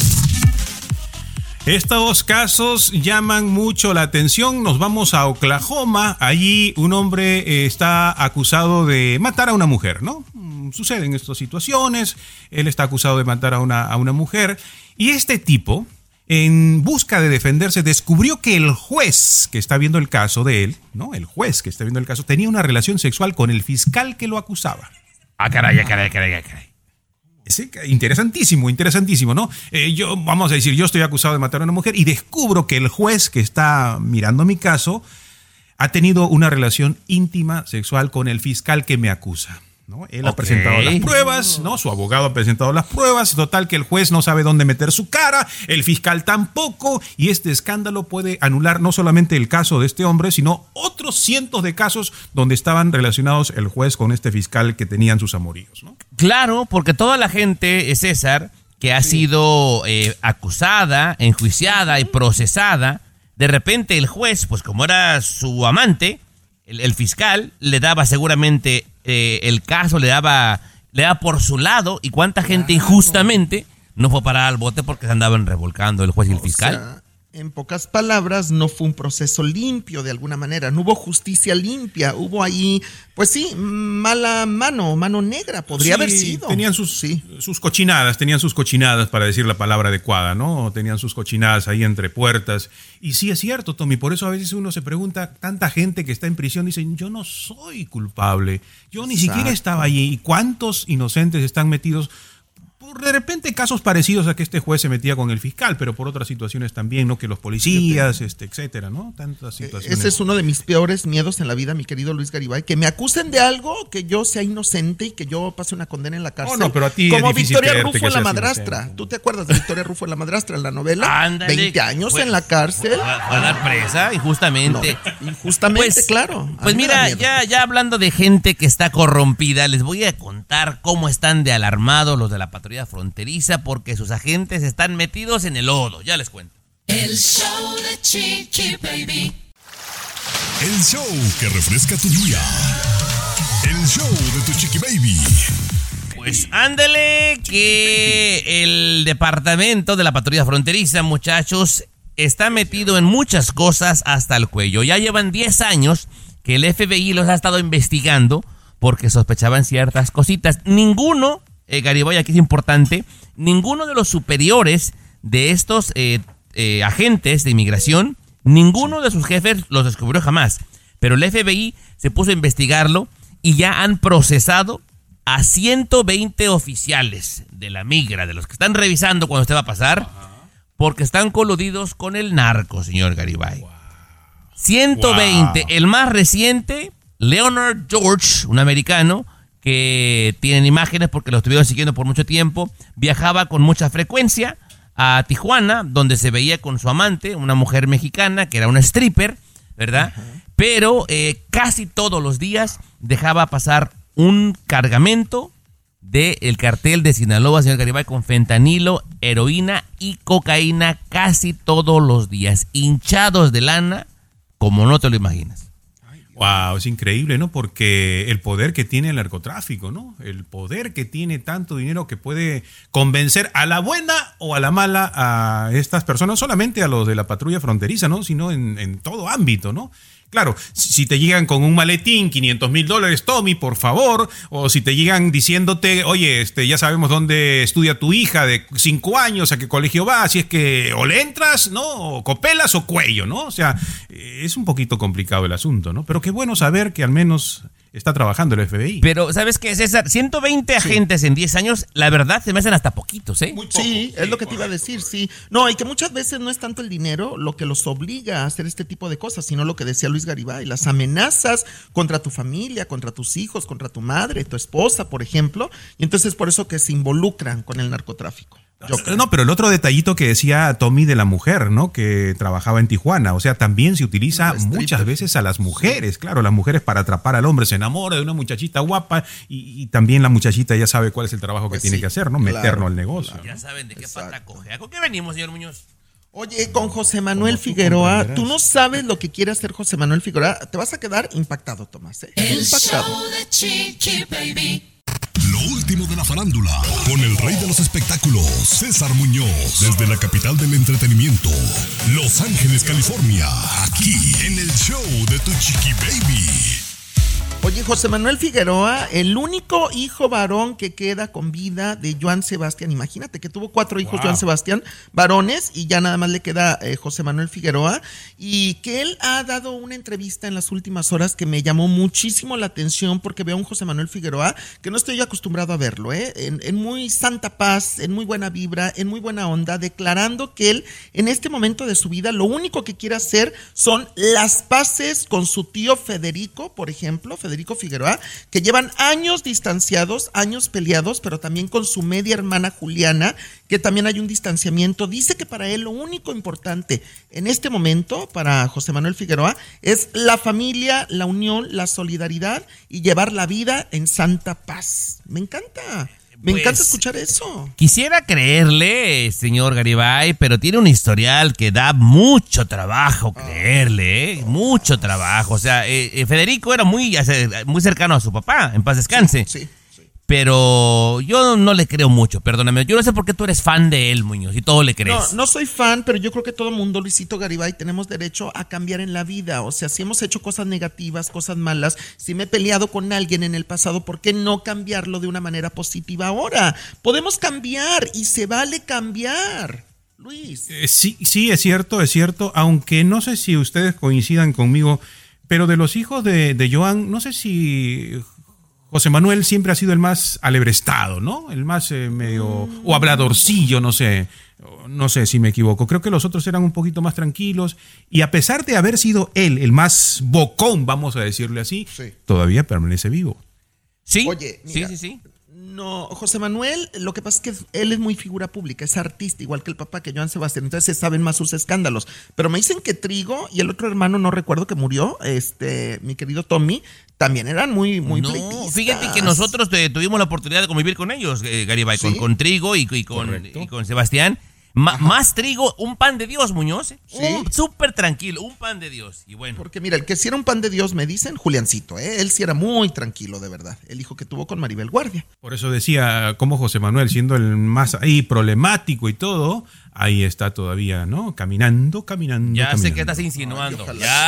Speaker 5: Estos casos llaman mucho la atención. Nos vamos a Oklahoma. Allí un hombre está acusado de matar a una mujer, ¿no? Suceden estas situaciones. Él está acusado de matar a una mujer. Y este tipo, en busca de defenderse, descubrió que el juez que está viendo el caso de él, ¿no? El juez que está viendo el caso, tenía una relación sexual con el fiscal que lo acusaba.
Speaker 4: Caray.
Speaker 5: Sí, interesantísimo, ¿no? Vamos a decir, yo estoy acusado de matar a una mujer y descubro que el juez que está mirando mi caso ha tenido una relación íntima sexual con el fiscal que me acusa, ¿no? Él ha presentado las pruebas, ¿no? Su abogado ha presentado las pruebas, total que el juez no sabe dónde meter su cara, el fiscal tampoco, y este escándalo puede anular no solamente el caso de este hombre, sino otros cientos de casos donde estaban relacionados el juez con este fiscal que tenían sus amoríos, ¿no?
Speaker 4: Claro, porque toda la gente, César, que ha sido acusada, enjuiciada y procesada, de repente el juez, pues como era su amante, el fiscal le daba seguramente el caso, le daba por su lado, y cuánta gente injustamente no fue parar al bote porque se andaban revolcando el juez y el fiscal.
Speaker 6: En pocas palabras, no fue un proceso limpio de alguna manera, no hubo justicia limpia, hubo ahí, pues sí, mano negra, podría haber sido.
Speaker 5: Tenían sus cochinadas, para decir la palabra adecuada, ¿no? Tenían sus cochinadas ahí entre puertas. Y sí es cierto, Tommy, por eso a veces uno se pregunta, tanta gente que está en prisión dice, yo no soy culpable, yo ni siquiera estaba allí. ¿Y cuántos inocentes están metidos? Por de repente casos parecidos a que este juez se metía con el fiscal, pero por otras situaciones también, ¿no? Que los policías, etcétera, ¿no? Tantas situaciones.
Speaker 6: Ese es uno de mis peores miedos en la vida, mi querido Luis Garibay, que me acusen de algo, que yo sea inocente y que yo pase una condena en la cárcel.
Speaker 5: No, pero a ti
Speaker 6: como
Speaker 5: es difícil
Speaker 6: Victoria Rufo en La
Speaker 5: Madrastra.
Speaker 6: Madrastra. ¿Tú te acuerdas de Victoria Rufo en La Madrastra, en la novela?
Speaker 4: Ándale,
Speaker 6: 20 años en la cárcel.
Speaker 4: Va a dar presa, injustamente.
Speaker 6: No, injustamente, claro.
Speaker 4: Pues mira, ya hablando de gente que está corrompida, les voy a contar cómo están de alarmados los de la patrulla fronteriza, porque sus agentes están metidos en el lodo. Ya les cuento.
Speaker 7: El show de Chiqui Baby.
Speaker 1: El show que refresca tu día. El show de tu Chiqui Baby.
Speaker 4: Pues ándale, que el departamento de la patrulla fronteriza, muchachos, está metido en muchas cosas hasta el cuello. Ya llevan 10 años que el FBI los ha estado investigando porque sospechaban ciertas cositas. Ninguno, Garibay, aquí es importante, ninguno de los superiores de estos agentes de inmigración, ninguno de sus jefes los descubrió jamás. Pero el FBI se puso a investigarlo y ya han procesado a 120 oficiales de la migra, de los que están revisando cuando usted va a pasar, porque están coludidos con el narco, señor Garibay. 120. El más reciente, Leonard George, un americano, que tienen imágenes porque lo estuvieron siguiendo por mucho tiempo, viajaba con mucha frecuencia a Tijuana, donde se veía con su amante, una mujer mexicana que era una stripper, ¿verdad? Pero casi todos los días dejaba pasar un cargamento del cartel de Sinaloa, señor Garibay, con fentanilo, heroína y cocaína casi todos los días, hinchados de lana, como no te lo imaginas.
Speaker 5: Wow, es increíble, ¿no? Porque el poder que tiene el narcotráfico, ¿no? El poder que tiene tanto dinero que puede convencer a la buena o a la mala a estas personas, no solamente a los de la patrulla fronteriza, ¿no? Sino en todo ámbito, ¿no? Claro, si te llegan con un maletín, $500, Tommy, por favor, o si te llegan diciéndote, oye, ya sabemos dónde estudia tu hija de 5 años, a qué colegio va, si es que o le entras, ¿no? O copelas o cuello, ¿no? O sea, es un poquito complicado el asunto, ¿no? Pero qué bueno saber que al menos está trabajando el FBI.
Speaker 4: Pero, ¿sabes qué, César? 120 agentes en 10 años, la verdad, se me hacen hasta poquitos, ¿eh?
Speaker 6: Muy poco. Sí, es lo que te iba a decir, sí. No, y que muchas veces no es tanto el dinero lo que los obliga a hacer este tipo de cosas, sino lo que decía Luis Garibay, las amenazas contra tu familia, contra tus hijos, contra tu madre, tu esposa, por ejemplo, y entonces por eso que se involucran con el narcotráfico.
Speaker 5: No, pero el otro detallito que decía Tommy de la mujer, ¿no? Que trabajaba en Tijuana, o sea, también se utiliza muchas veces a las mujeres, claro, las mujeres para atrapar al hombre, se enamora de una muchachita guapa y también la muchachita ya sabe cuál es el trabajo que tiene que hacer, ¿no? Meterlo al negocio.
Speaker 4: Ya saben de qué pata coge. ¿Con qué venimos, señor Muñoz?
Speaker 6: Oye, con José Manuel Figueroa, tú no sabes lo que quiere hacer José Manuel Figueroa, te vas a quedar impactado, Tomás, ¿eh?
Speaker 7: El
Speaker 6: Impactado.
Speaker 7: show de Chiqui Baby.
Speaker 1: Lo último de la farándula, con el rey de los espectáculos, César Muñoz, desde la capital del entretenimiento, Los Ángeles, California, aquí en el show de tu Chiqui Baby.
Speaker 6: Oye, José Manuel Figueroa, el único hijo varón que queda con vida de Joan Sebastián. Imagínate que tuvo 4 hijos, Joan Sebastián, varones, y ya nada más le queda José Manuel Figueroa. Y que él ha dado una entrevista en las últimas horas que me llamó muchísimo la atención porque veo a un José Manuel Figueroa que no estoy yo acostumbrado a verlo, en muy santa paz, en muy buena vibra, en muy buena onda, declarando que él en este momento de su vida lo único que quiere hacer son las paces con su tío Federico, por ejemplo, Federico Figueroa, que llevan años distanciados, años peleados, pero también con su media hermana Juliana, que también hay un distanciamiento. Dice que para él lo único importante en este momento, para José Manuel Figueroa, es la familia, la unión, la solidaridad y llevar la vida en santa paz. Me encanta. Me encanta escuchar eso.
Speaker 4: Quisiera creerle, señor Garibay, pero tiene un historial que da mucho trabajo creerle, mucho trabajo. O sea, Federico era muy cercano a su papá, en paz descanse.
Speaker 6: Sí.
Speaker 4: Pero yo no le creo mucho, perdóname. Yo no sé por qué tú eres fan de él, Muñoz, y todo le crees.
Speaker 6: No soy fan, pero yo creo que todo mundo, Luisito Garibay, tenemos derecho a cambiar en la vida. O sea, si hemos hecho cosas negativas, cosas malas, si me he peleado con alguien en el pasado, ¿por qué no cambiarlo de una manera positiva ahora? Podemos cambiar y se vale cambiar, Luis.
Speaker 5: Sí, es cierto, aunque no sé si ustedes coincidan conmigo, pero de los hijos de Joan, no sé si José Manuel siempre ha sido el más alebrestado, ¿no? El más medio, o habladorcillo, no sé si me equivoco. Creo que los otros eran un poquito más tranquilos y a pesar de haber sido él el más bocón, vamos a decirle así, todavía permanece vivo.
Speaker 4: Sí,
Speaker 6: oye, mira,
Speaker 4: sí.
Speaker 6: No, José Manuel, lo que pasa es que él es muy figura pública, es artista, igual que el papá, que Joan Sebastián, entonces se saben más sus escándalos. Pero me dicen que Trigo y el otro hermano, no recuerdo, que murió, mi querido Tommy, también eran muy pleitistas.
Speaker 4: Fíjate que nosotros tuvimos la oportunidad de convivir con ellos, Garibay, ¿sí? con Trigo y con Sebastián. Más Trigo, un pan de Dios, Muñoz. ¿Sí? Súper tranquilo, un pan de Dios. Y bueno.
Speaker 6: Porque mira, el que sí era un pan de Dios, me dicen, Juliancito, él sí era muy tranquilo, de verdad. El hijo que tuvo con Maribel Guardia.
Speaker 5: Por eso decía, como José Manuel, siendo el más ahí problemático y todo, ahí está todavía, ¿no? Caminando.
Speaker 4: Ya sé que estás insinuando.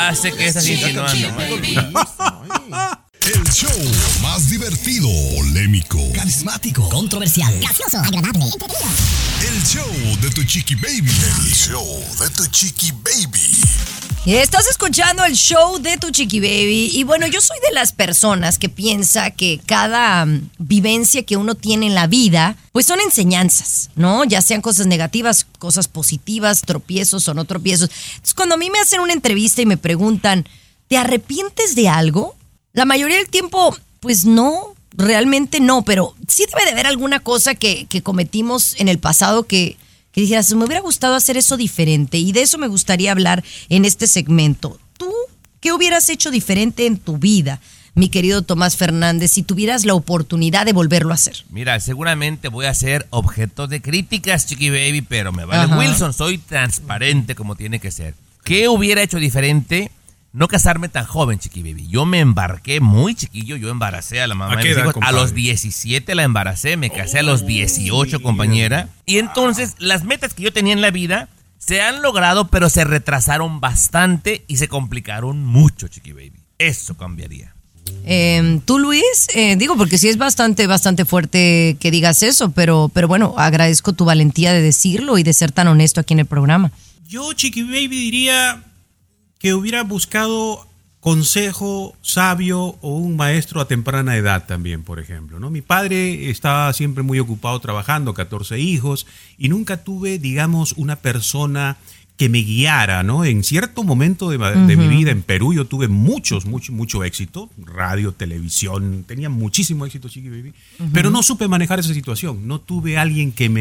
Speaker 1: El show más divertido, polémico,
Speaker 10: carismático, controversial,
Speaker 11: gracioso, agradable, entretenido.
Speaker 1: El show de tu Chiqui Baby. El show de tu Chiqui Baby.
Speaker 3: Estás escuchando el show de tu Chiqui Baby. Y bueno, yo soy de las personas que piensa que cada vivencia que uno tiene en la vida, pues son enseñanzas, ¿no? Ya sean cosas negativas, cosas positivas, tropiezos o no tropiezos. Entonces, cuando a mí me hacen una entrevista y me preguntan, ¿te arrepientes de algo? La mayoría del tiempo, pues no, realmente no, pero sí debe de haber alguna cosa que cometimos en el pasado que dijeras, me hubiera gustado hacer eso diferente, y de eso me gustaría hablar en este segmento. ¿Tú qué hubieras hecho diferente en tu vida, mi querido Tomás Fernández, si tuvieras la oportunidad de volverlo a hacer?
Speaker 4: Mira, seguramente voy a ser objeto de críticas, Chiqui Baby, pero me vale Wilson, soy transparente como tiene que ser. ¿Qué hubiera hecho diferente? No casarme tan joven, Chiqui Baby. Yo me embarqué muy chiquillo. Yo embaracé a la mamá de mis hijos. A los 17 la embaracé. Me casé a los 18, compañera. Y entonces, las metas que yo tenía en la vida se han logrado, pero se retrasaron bastante y se complicaron mucho, Chiqui Baby. Eso cambiaría.
Speaker 3: Tú, Luis, digo, porque sí es bastante fuerte que digas eso, pero bueno, agradezco tu valentía de decirlo y de ser tan honesto aquí en el programa.
Speaker 5: Yo, Chiqui Baby, diría que hubiera buscado consejo sabio o un maestro a temprana edad también, por ejemplo, ¿no? Mi padre estaba siempre muy ocupado trabajando, 14 hijos, y nunca tuve, digamos, una persona que me guiara, ¿no? En cierto momento de mi vida en Perú yo tuve mucho éxito, radio, televisión, tenía muchísimo éxito, Chiqui Baby, pero no supe manejar esa situación, no tuve alguien que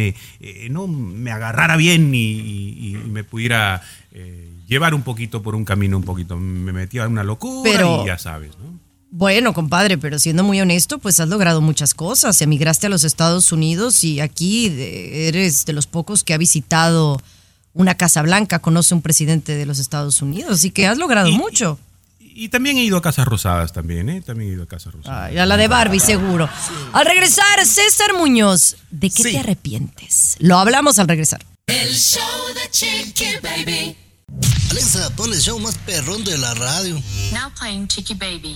Speaker 5: me agarrara bien y me pudiera llevar un poquito por un camino me metía en una locura y ya sabes, ¿no?
Speaker 3: Bueno, compadre, pero siendo muy honesto, pues has logrado muchas cosas. Emigraste a los Estados Unidos y aquí eres de los pocos que ha visitado una Casa Blanca, conoce un presidente de los Estados Unidos, así que has logrado mucho.
Speaker 5: Y también he ido a Casas Rosadas también, ¿eh? También he ido a Casas Rosadas.
Speaker 3: Ay, a la de Barbie, seguro. Al regresar, César Muñoz, ¿de qué te arrepientes? Lo hablamos al regresar.
Speaker 7: El show de Chiqui Baby.
Speaker 8: Alexa, pon el show más perrón de la radio.
Speaker 11: Now playing Chiqui Baby.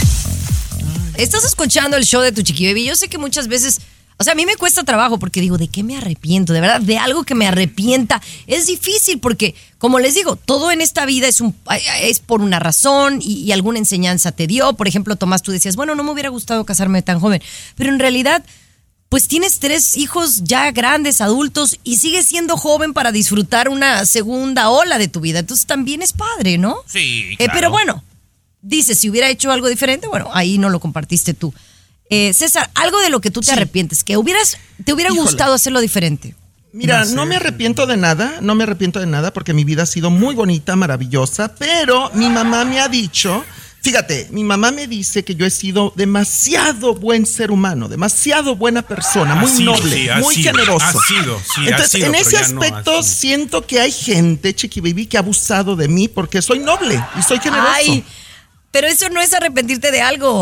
Speaker 3: Estás escuchando el show de tu Chiqui Baby. Yo sé que muchas veces, o sea, a mí me cuesta trabajo porque digo, ¿de qué me arrepiento? De verdad, de algo que me arrepienta. Es difícil porque, como les digo, todo en esta vida es por una razón y alguna enseñanza te dio. Por ejemplo, Tomás, tú decías, bueno, no me hubiera gustado casarme tan joven. Pero en realidad, pues tienes 3 hijos ya grandes, adultos, y sigues siendo joven para disfrutar una segunda ola de tu vida. Entonces también es padre, ¿no?
Speaker 4: Sí, claro.
Speaker 3: Pero bueno, dices, si hubiera hecho algo diferente, bueno, ahí no lo compartiste tú. César, algo de lo que tú te arrepientes, que te hubiera gustado hacerlo diferente.
Speaker 6: Mira, no me arrepiento de nada porque mi vida ha sido muy bonita, maravillosa, pero mi mamá me ha dicho, fíjate, mi mamá me dice que yo he sido demasiado buen ser humano, demasiado buena persona, muy noble, muy generoso. Entonces, en ese aspecto siento que hay gente, Chiqui Baby, que ha abusado de mí porque soy noble y soy generoso.
Speaker 3: Ay, pero eso no es arrepentirte de algo.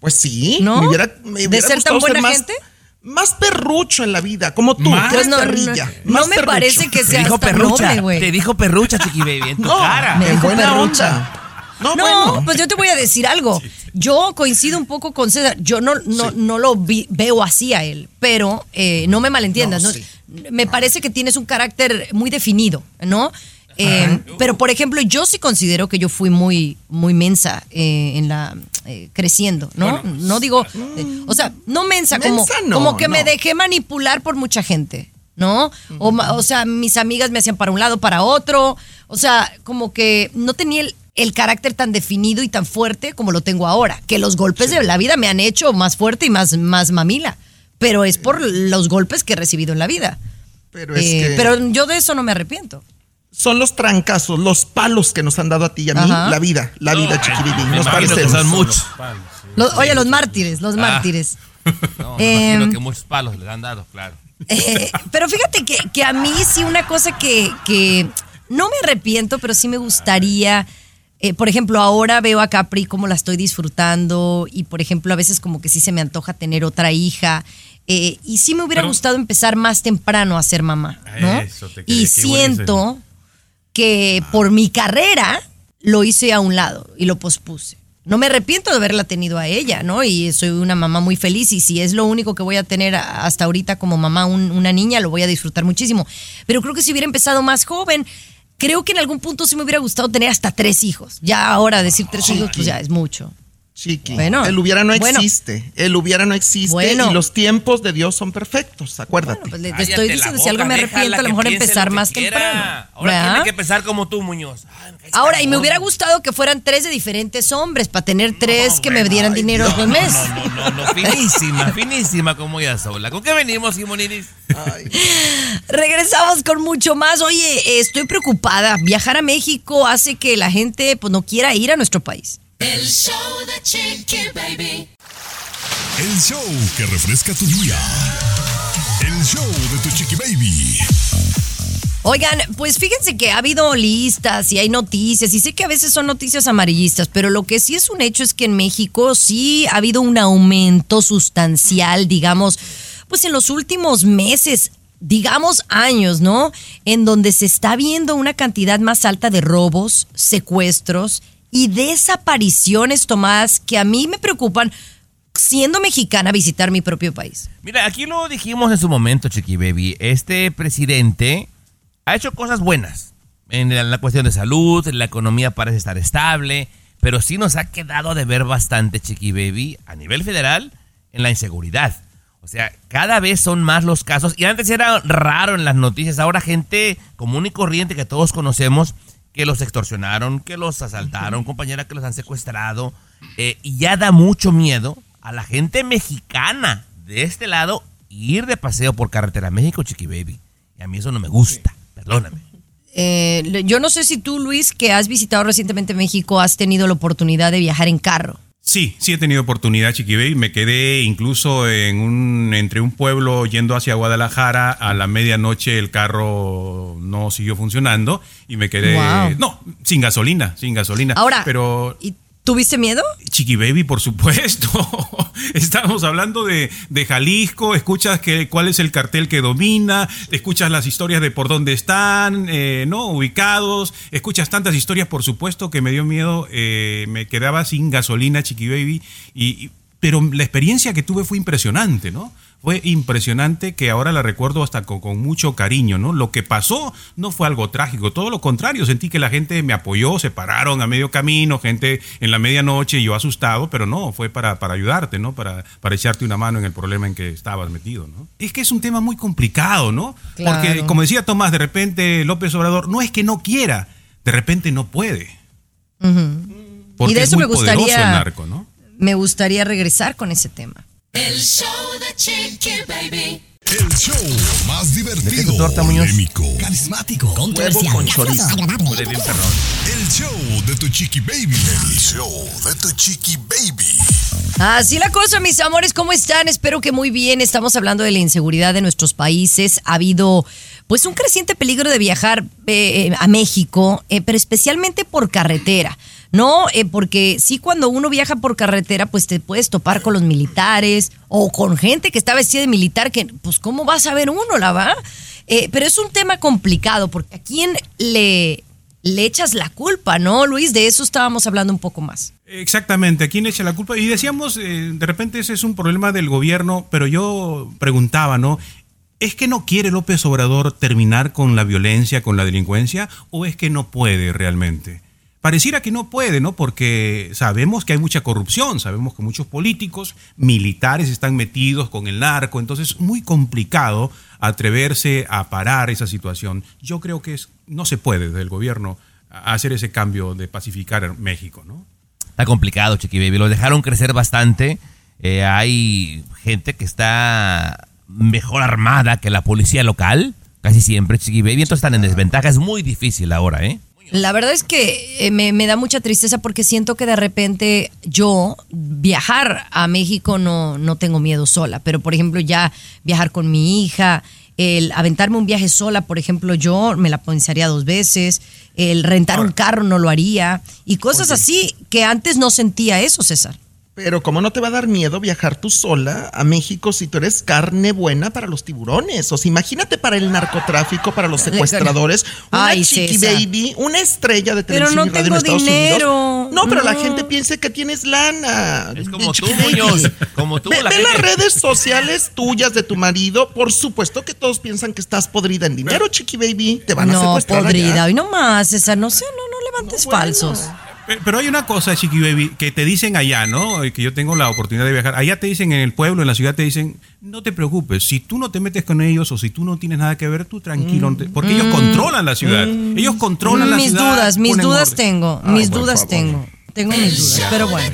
Speaker 6: Pues sí,
Speaker 3: ¿no?
Speaker 6: me hubiera
Speaker 3: ¿De ser tan
Speaker 6: gustado
Speaker 3: buena
Speaker 6: más,
Speaker 3: gente?
Speaker 6: Más perrucho en la vida, como tú.
Speaker 5: Más
Speaker 6: Tú eres
Speaker 3: no,
Speaker 6: perrilla.
Speaker 3: no
Speaker 6: más
Speaker 3: me
Speaker 6: perrucho.
Speaker 3: parece que
Speaker 4: Te
Speaker 3: sea
Speaker 4: dijo
Speaker 3: hasta
Speaker 4: perrucha,
Speaker 3: noble, güey.
Speaker 4: te dijo perrucha, Chiqui Baby, en tu
Speaker 6: No,
Speaker 4: cara.
Speaker 3: Me
Speaker 6: en
Speaker 3: dijo
Speaker 6: buena
Speaker 3: perrucha.
Speaker 6: onda. No,
Speaker 3: No,
Speaker 6: bueno.
Speaker 3: pues yo te voy a decir algo. Yo coincido un poco con César. Yo no lo veo así a él, pero no me malentiendas.
Speaker 6: No,
Speaker 3: ¿no?
Speaker 6: sí.
Speaker 3: Me parece que tienes un carácter muy definido, ¿no? Pero, por ejemplo, yo sí considero que yo fui muy, muy mensa creciendo, ¿no?
Speaker 5: Bueno,
Speaker 3: no digo, o sea, no mensa,
Speaker 6: Mensa no,
Speaker 3: como que me
Speaker 6: no.
Speaker 3: dejé manipular por mucha gente, ¿no? O sea, mis amigas me hacían para un lado, para otro. O sea, como que no tenía el carácter tan definido y tan fuerte como lo tengo ahora. Que los golpes de la vida me han hecho más fuerte y más mamila. Pero es por los golpes que he recibido en la vida.
Speaker 6: Pero es que
Speaker 3: pero yo de eso no me arrepiento.
Speaker 6: son los trancazos, los palos que nos han dado a ti y a mí,
Speaker 3: Ajá.
Speaker 6: la vida, Chiqui Baby.
Speaker 4: Me
Speaker 6: Nos
Speaker 4: imagino
Speaker 6: parece
Speaker 4: que son muchos.
Speaker 3: Oye, los mártires.
Speaker 4: No, me imagino que muchos palos le han dado, claro.
Speaker 3: Pero fíjate que a mí sí una cosa que no me arrepiento, pero sí me gustaría, por ejemplo, ahora veo a Capri cómo la estoy disfrutando y, por ejemplo, a veces como que sí se me antoja tener otra hija. Y sí me hubiera gustado empezar más temprano a ser mamá, ¿no?
Speaker 5: Eso te quería,
Speaker 3: Y
Speaker 5: qué
Speaker 3: siento que por mi carrera lo hice a un lado y lo pospuse. No me arrepiento de haberla tenido a ella, ¿no? Y soy una mamá muy feliz y si es lo único que voy a tener hasta ahorita como mamá, una niña, lo voy a disfrutar muchísimo. Pero creo que si hubiera empezado más joven, creo que en algún punto sí me hubiera gustado tener hasta 3 hijos. Ya ahora decir 3 hijos, pues ya es mucho.
Speaker 6: Chiqui,
Speaker 3: Bueno,
Speaker 6: el hubiera no
Speaker 3: bueno.
Speaker 6: existe. El hubiera no existe
Speaker 3: Bueno.
Speaker 6: y los tiempos de Dios son perfectos, acuérdate.
Speaker 3: Pues te
Speaker 4: Cállate
Speaker 3: estoy
Speaker 4: la
Speaker 3: diciendo, si
Speaker 4: boca,
Speaker 3: algo me
Speaker 4: déjala
Speaker 3: arrepiento, a lo
Speaker 4: que
Speaker 3: mejor
Speaker 4: piense
Speaker 3: empezar
Speaker 4: lo que
Speaker 3: más
Speaker 4: quiera.
Speaker 3: temprano.
Speaker 4: Ahora
Speaker 3: ¿verdad?
Speaker 4: tiene que pensar como tú, Muñoz. Ay, me caes
Speaker 3: Ahora,
Speaker 4: tan
Speaker 3: y me
Speaker 4: gordo.
Speaker 3: hubiera gustado que fueran 3 de diferentes hombres para tener 3 que me dieran dinero al mes.
Speaker 4: No, finísima como ella sola. ¿Con qué venimos, Simoniris?
Speaker 3: Regresamos con mucho más. Oye, estoy preocupada. Viajar a México hace que la gente pues no quiera ir a nuestro país.
Speaker 7: El show de Chiqui Baby.
Speaker 1: El show que refresca tu día. El show de tu Chiqui Baby.
Speaker 3: Oigan, pues fíjense que ha habido listas y hay noticias, y sé que a veces son noticias amarillistas, pero lo que sí es un hecho es que en México sí ha habido un aumento sustancial, digamos, pues en los últimos meses, digamos años, ¿no? En donde se está viendo una cantidad más alta de robos, secuestros y desapariciones, Tomás, que a mí me preocupan, siendo mexicana, visitar mi propio país.
Speaker 4: Mira, aquí lo dijimos en su momento, Chiqui Baby. Este presidente ha hecho cosas buenas en la cuestión de salud, la economía parece estar estable, pero sí nos ha quedado de ver bastante, Chiqui Baby, a nivel federal, en la inseguridad. O sea, cada vez son más los casos, y antes era raro en las noticias, ahora gente común y corriente que todos conocemos, que los extorsionaron, que los asaltaron, compañera que los han secuestrado, y ya da mucho miedo a la gente mexicana de este lado ir de paseo por carretera a México, Chiqui Baby. Y a mí eso no me gusta, perdóname.
Speaker 3: Yo no sé si tú, Luis, que has visitado recientemente México, has tenido la oportunidad de viajar en carro.
Speaker 5: Sí he tenido oportunidad, Chiqui Baby. Me quedé incluso entre un pueblo yendo hacia Guadalajara. A la medianoche el carro no siguió funcionando y me quedé...
Speaker 3: Wow.
Speaker 5: No, sin gasolina.
Speaker 3: Ahora,
Speaker 5: pero
Speaker 3: ¿y tuviste miedo?
Speaker 5: Chiqui Baby, por supuesto. Estamos hablando de Jalisco, escuchas cuál es el cartel que domina, escuchas las historias de por dónde están, ¿no? Ubicados, escuchas tantas historias, por supuesto que me dio miedo, me quedaba sin gasolina, Chiqui Baby, pero la experiencia que tuve fue impresionante, ¿no? Fue impresionante, que ahora la recuerdo hasta con mucho cariño, ¿no? Lo que pasó no fue algo trágico, todo lo contrario, sentí que la gente me apoyó, se pararon a medio camino, gente en la medianoche, yo asustado, pero no, fue para ayudarte, ¿no? Para echarte una mano en el problema en que estabas metido, ¿no? Es que es un tema muy complicado, ¿no?
Speaker 3: Claro.
Speaker 5: Porque, como decía Tomás, de repente López Obrador no es que no quiera, de repente no puede. Porque
Speaker 3: Y de
Speaker 5: es
Speaker 3: eso
Speaker 5: muy
Speaker 3: me gustaría,
Speaker 5: poderoso el narco, ¿no?
Speaker 3: Me gustaría regresar con ese tema.
Speaker 7: El show de Chiqui Baby.
Speaker 1: El show más divertido,
Speaker 4: ¿De qué tu torta, Muñoz?
Speaker 1: polémico.
Speaker 10: Carismático,
Speaker 6: Huevo
Speaker 10: controversial,
Speaker 6: con
Speaker 10: gracioso,
Speaker 6: chorizo.
Speaker 10: agradable.
Speaker 4: Huele bien perrón.
Speaker 1: El show de tu Chiqui Baby. El show de tu Chiqui Baby.
Speaker 3: Así la cosa, mis amores, ¿cómo están? Espero que muy bien. Estamos hablando de la inseguridad de nuestros países. Ha habido pues un creciente peligro de viajar a México, pero especialmente por carretera. ¿no? Porque sí, cuando uno viaja por carretera, pues te puedes topar con los militares o con gente que está vestida de militar, que pues ¿cómo vas a ver uno, la verdad? Pero es un tema complicado, porque ¿a quién le echas la culpa, no, Luis? De eso estábamos hablando un poco más.
Speaker 5: Exactamente, ¿a quién le echa la culpa? Y decíamos, de repente ese es un problema del gobierno, pero yo preguntaba, ¿no? ¿Es que no quiere López Obrador terminar con la violencia, con la delincuencia, o es que no puede realmente? Pareciera que no puede, ¿no? Porque sabemos que hay mucha corrupción, sabemos que muchos políticos, militares están metidos con el narco, entonces es muy complicado atreverse a parar esa situación. Yo creo que no se puede desde el gobierno hacer ese cambio de pacificar México, ¿no?
Speaker 4: Está complicado, Chiqui Baby. Lo dejaron crecer bastante. Hay gente que está mejor armada que la policía local, casi siempre, Chiqui Baby. Entonces están en desventaja. Es muy difícil ahora, ¿eh?
Speaker 3: La verdad es que me da mucha tristeza porque siento que de repente yo viajar a México no tengo miedo sola, pero por ejemplo ya viajar con mi hija, el aventarme un viaje sola, por ejemplo, yo me la pensaría 2 veces, el rentar un carro no lo haría y cosas así que antes no sentía eso, César.
Speaker 6: Pero ¿cómo no te va a dar miedo viajar tú sola a México si tú eres carne buena para los tiburones? O sea, imagínate para el narcotráfico, para los secuestradores, una Chiqui Baby, una estrella de televisión y radio en Estados Unidos. No, pero la gente piensa que tienes lana.
Speaker 4: Es como tú, Muñoz. Como tú,
Speaker 6: ve las redes sociales tuyas de tu marido. Por supuesto que todos piensan que estás podrida en dinero, Chiqui Baby. Te van a secuestrar.
Speaker 3: No, podrida.
Speaker 6: Allá.
Speaker 3: Hoy no más, César. No sé, no levantes falsos.
Speaker 5: Pero hay una cosa, Chiqui Baby, que te dicen allá, ¿no? Que yo tengo la oportunidad de viajar. Allá te dicen en el pueblo, en la ciudad, te dicen, no te preocupes, si tú no te metes con ellos o si tú no tienes nada que ver, tú tranquilo. Porque ellos controlan la ciudad. Ellos controlan la ciudad.
Speaker 3: Mis dudas tengo. Mis dudas tengo. Tengo mis dudas, pero bueno.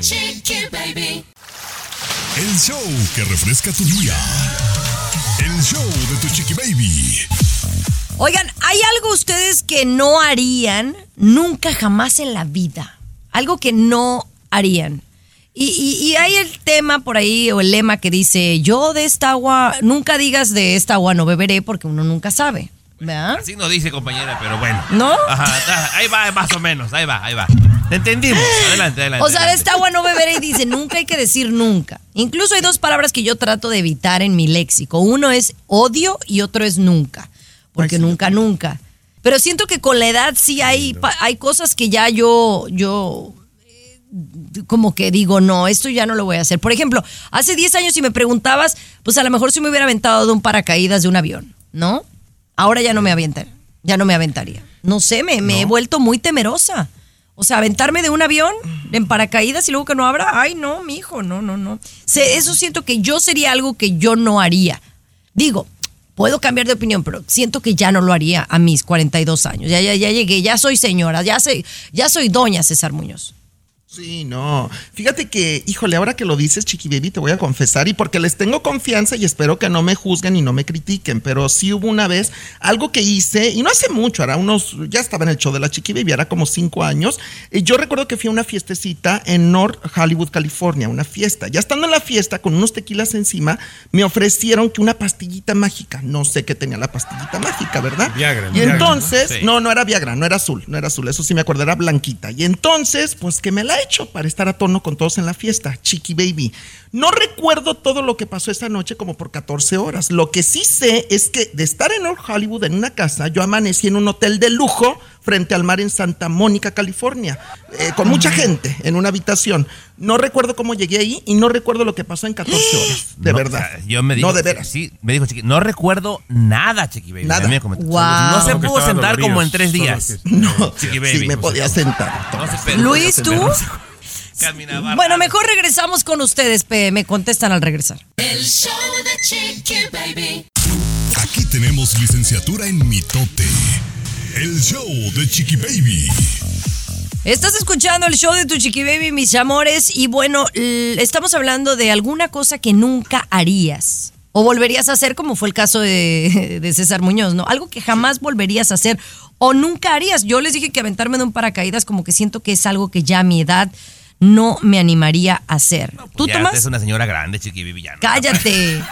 Speaker 1: El show que refresca tu día. El show de tu Chiqui Baby.
Speaker 3: Oigan, ¿hay algo ustedes que no harían nunca jamás en la vida? Algo que no harían. Y hay el tema por ahí, o el lema que dice, yo de esta agua, nunca digas de esta agua no beberé, porque uno nunca sabe, ¿verdad?
Speaker 4: Así no dice, compañera, pero bueno.
Speaker 3: ¿No?
Speaker 4: Ajá, ahí va, más o menos, ahí va. Te entendimos, adelante.
Speaker 3: O sea, de esta agua no beberé y dice, nunca hay que decir nunca. Incluso hay 2 palabras que yo trato de evitar en mi léxico. Uno es odio y otro es nunca. Porque nunca. Pero siento que con la edad sí hay cosas que ya yo como que digo, no, esto ya no lo voy a hacer. Por ejemplo, hace 10 años si me preguntabas, pues a lo mejor si me hubiera aventado de un paracaídas de un avión, ¿no? Ahora ya no me aventaría. No sé, me he vuelto muy temerosa. O sea, aventarme de un avión en paracaídas y luego que no abra, ay no, mijo, no. Eso siento que yo sería algo que yo no haría. Digo, puedo cambiar de opinión, pero siento que ya no lo haría a mis 42 años. Ya llegué, ya soy señora, ya soy doña César Muñoz.
Speaker 6: Sí, no. Fíjate que, híjole, ahora que lo dices, Chiqui Baby, te voy a confesar, y porque les tengo confianza y espero que no me juzguen y no me critiquen, pero sí hubo una vez algo que hice, y no hace mucho, ya estaba en el show de la Chiqui Baby, era como 5 años, y yo recuerdo que fui a una fiestecita en North Hollywood, California, una fiesta. Ya estando en la fiesta, con unos tequilas encima, me ofrecieron que una pastillita mágica, no sé qué tenía la pastillita mágica, ¿verdad?
Speaker 5: Viagra.
Speaker 6: Y entonces,
Speaker 5: ¿no?
Speaker 6: No era Viagra, no era azul, eso sí me acuerdo, era blanquita. Y entonces, pues que me la hecho para estar a tono con todos en la fiesta, Chiqui Baby. No recuerdo todo lo que pasó esa noche como por 14 horas. Lo que sí sé es que de estar en North Hollywood en una casa, yo amanecí en un hotel de lujo frente al mar en Santa Mónica, California, con mucha gente en una habitación. No recuerdo cómo llegué ahí y no recuerdo lo que pasó en 14 horas, de verdad.
Speaker 4: Yo me dijo,
Speaker 6: no, de veras.
Speaker 4: Sí, me dijo Chiqui, no recuerdo nada, Chiqui Baby.
Speaker 6: Nada.
Speaker 3: Wow.
Speaker 4: No se pudo sentar como en 3 días.
Speaker 6: No,
Speaker 4: Chiqui Baby.
Speaker 6: sí me podía sentar.
Speaker 3: Luis, ¿tú?
Speaker 4: Caminaba.
Speaker 3: Bueno, mejor regresamos con ustedes, me contestan al regresar.
Speaker 7: El show de Chiqui Baby.
Speaker 1: Aquí tenemos licenciatura en mitote. El show de Chiqui Baby.
Speaker 3: Estás escuchando el show de tu Chiqui Baby, mis amores, y bueno, estamos hablando de alguna cosa que nunca harías o volverías a hacer, como fue el caso de César Muñoz, ¿no? Algo que jamás volverías a hacer o nunca harías. Yo les dije que aventarme de un paracaídas como que siento que es algo que ya a mi edad no me animaría a hacer.
Speaker 4: No, pues
Speaker 3: ¿Tú,
Speaker 4: ya
Speaker 3: Tomás?
Speaker 4: Es una señora grande, Chiqui Baby, ya no.
Speaker 3: Cállate.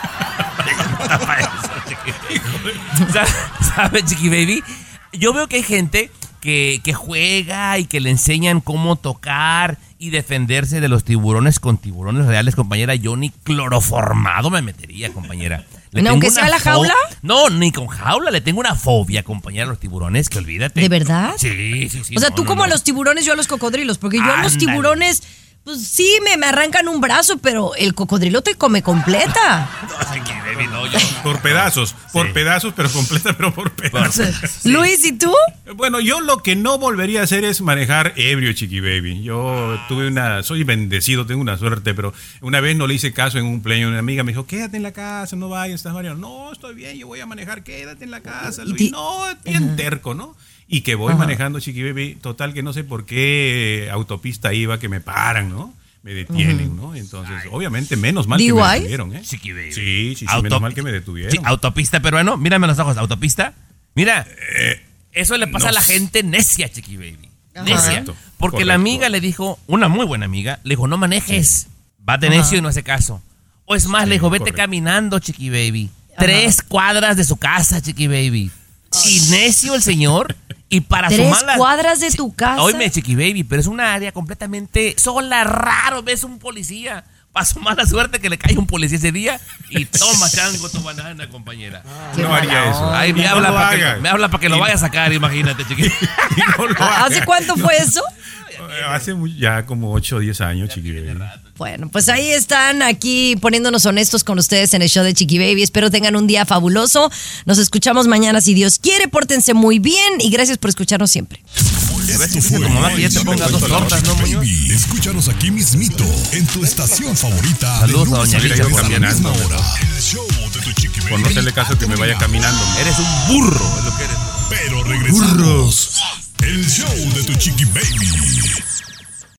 Speaker 4: ¿Sabes, Chiqui Baby? Yo veo que hay gente que juega y que le enseñan cómo tocar y defenderse de los tiburones con tiburones reales, compañera. Yo ni cloroformado me metería, compañera.
Speaker 3: ¿Aunque sea la jaula?
Speaker 4: No, ni con jaula. Le tengo una fobia, compañera, a los tiburones, que olvídate.
Speaker 3: ¿De verdad?
Speaker 4: Sí.
Speaker 3: O sea, tú como a los tiburones, yo a los cocodrilos. Porque yo a los tiburones, pues sí, me arrancan un brazo, pero el cocodrilo te come completa.
Speaker 5: Por pedazos, pero completa, pero por pedazos.
Speaker 3: Sí. Luis, ¿y tú?
Speaker 5: Bueno, yo lo que no volvería a hacer es manejar ebrio, Chiqui Baby. Yo soy bendecido, tengo una suerte, pero una vez no le hice caso en un pleño. Una amiga me dijo, quédate en la casa, no vayas, estás mareado. No, estoy bien, yo voy a manejar, quédate en la casa. Luis. No, bien terco, ¿no? Y que voy manejando, Chiqui Baby, total que no sé por qué autopista iba, que me paran, ¿no? Me detienen, ¿no? Entonces, obviamente, menos mal que me detuvieron, ¿eh?
Speaker 4: Chiqui Baby.
Speaker 5: Sí, menos mal que me detuvieron.
Speaker 4: Sí, autopista peruano, mírame los ojos, autopista. Mira, eso le pasa a la gente necia, Chiqui Baby. Necia.
Speaker 5: Correcto,
Speaker 4: porque la amiga le dijo, una muy buena amiga, le dijo, no manejes. Va de necio y no hace caso. O es más, le dijo, vete caminando, Chiqui Baby. 3 cuadras de su casa, Chiqui Baby. Y necio el señor. Y para
Speaker 3: 3
Speaker 4: sumar
Speaker 3: 3 cuadras de tu casa.
Speaker 4: Oíme, Chiqui Baby, pero es una área completamente sola, raro, ves un policía. Para su mala suerte que le cae un policía ese día y toma, chango, tu banana, compañera.
Speaker 5: No haría eso.
Speaker 4: Ay, me habla para que lo vaya a sacar, imagínate, Chiqui.
Speaker 3: ¿Hace cuánto fue eso?
Speaker 5: Hace ya como 8 o 10 años, Chiqui Baby.
Speaker 3: Bueno, pues ahí están, aquí poniéndonos honestos con ustedes en el show de Chiqui Baby. Espero tengan un día fabuloso. Nos escuchamos mañana si Dios quiere. Pórtense muy bien y gracias por escucharnos siempre.
Speaker 1: Esto fue
Speaker 4: tu mamá que ya te ponga 2 tortas, ¿no, Muñoz?
Speaker 1: Escúchanos aquí mismito en tu estación favorita.
Speaker 4: Saludos a Doña Licha
Speaker 1: por la misma
Speaker 5: caminando.
Speaker 1: hora. El show de tu Chiqui Baby.
Speaker 5: Por no hacerle caso que me vaya caminando.
Speaker 4: Eres un burro, es lo que eres.
Speaker 1: Pero regresamos. El show de tu Chiqui Baby.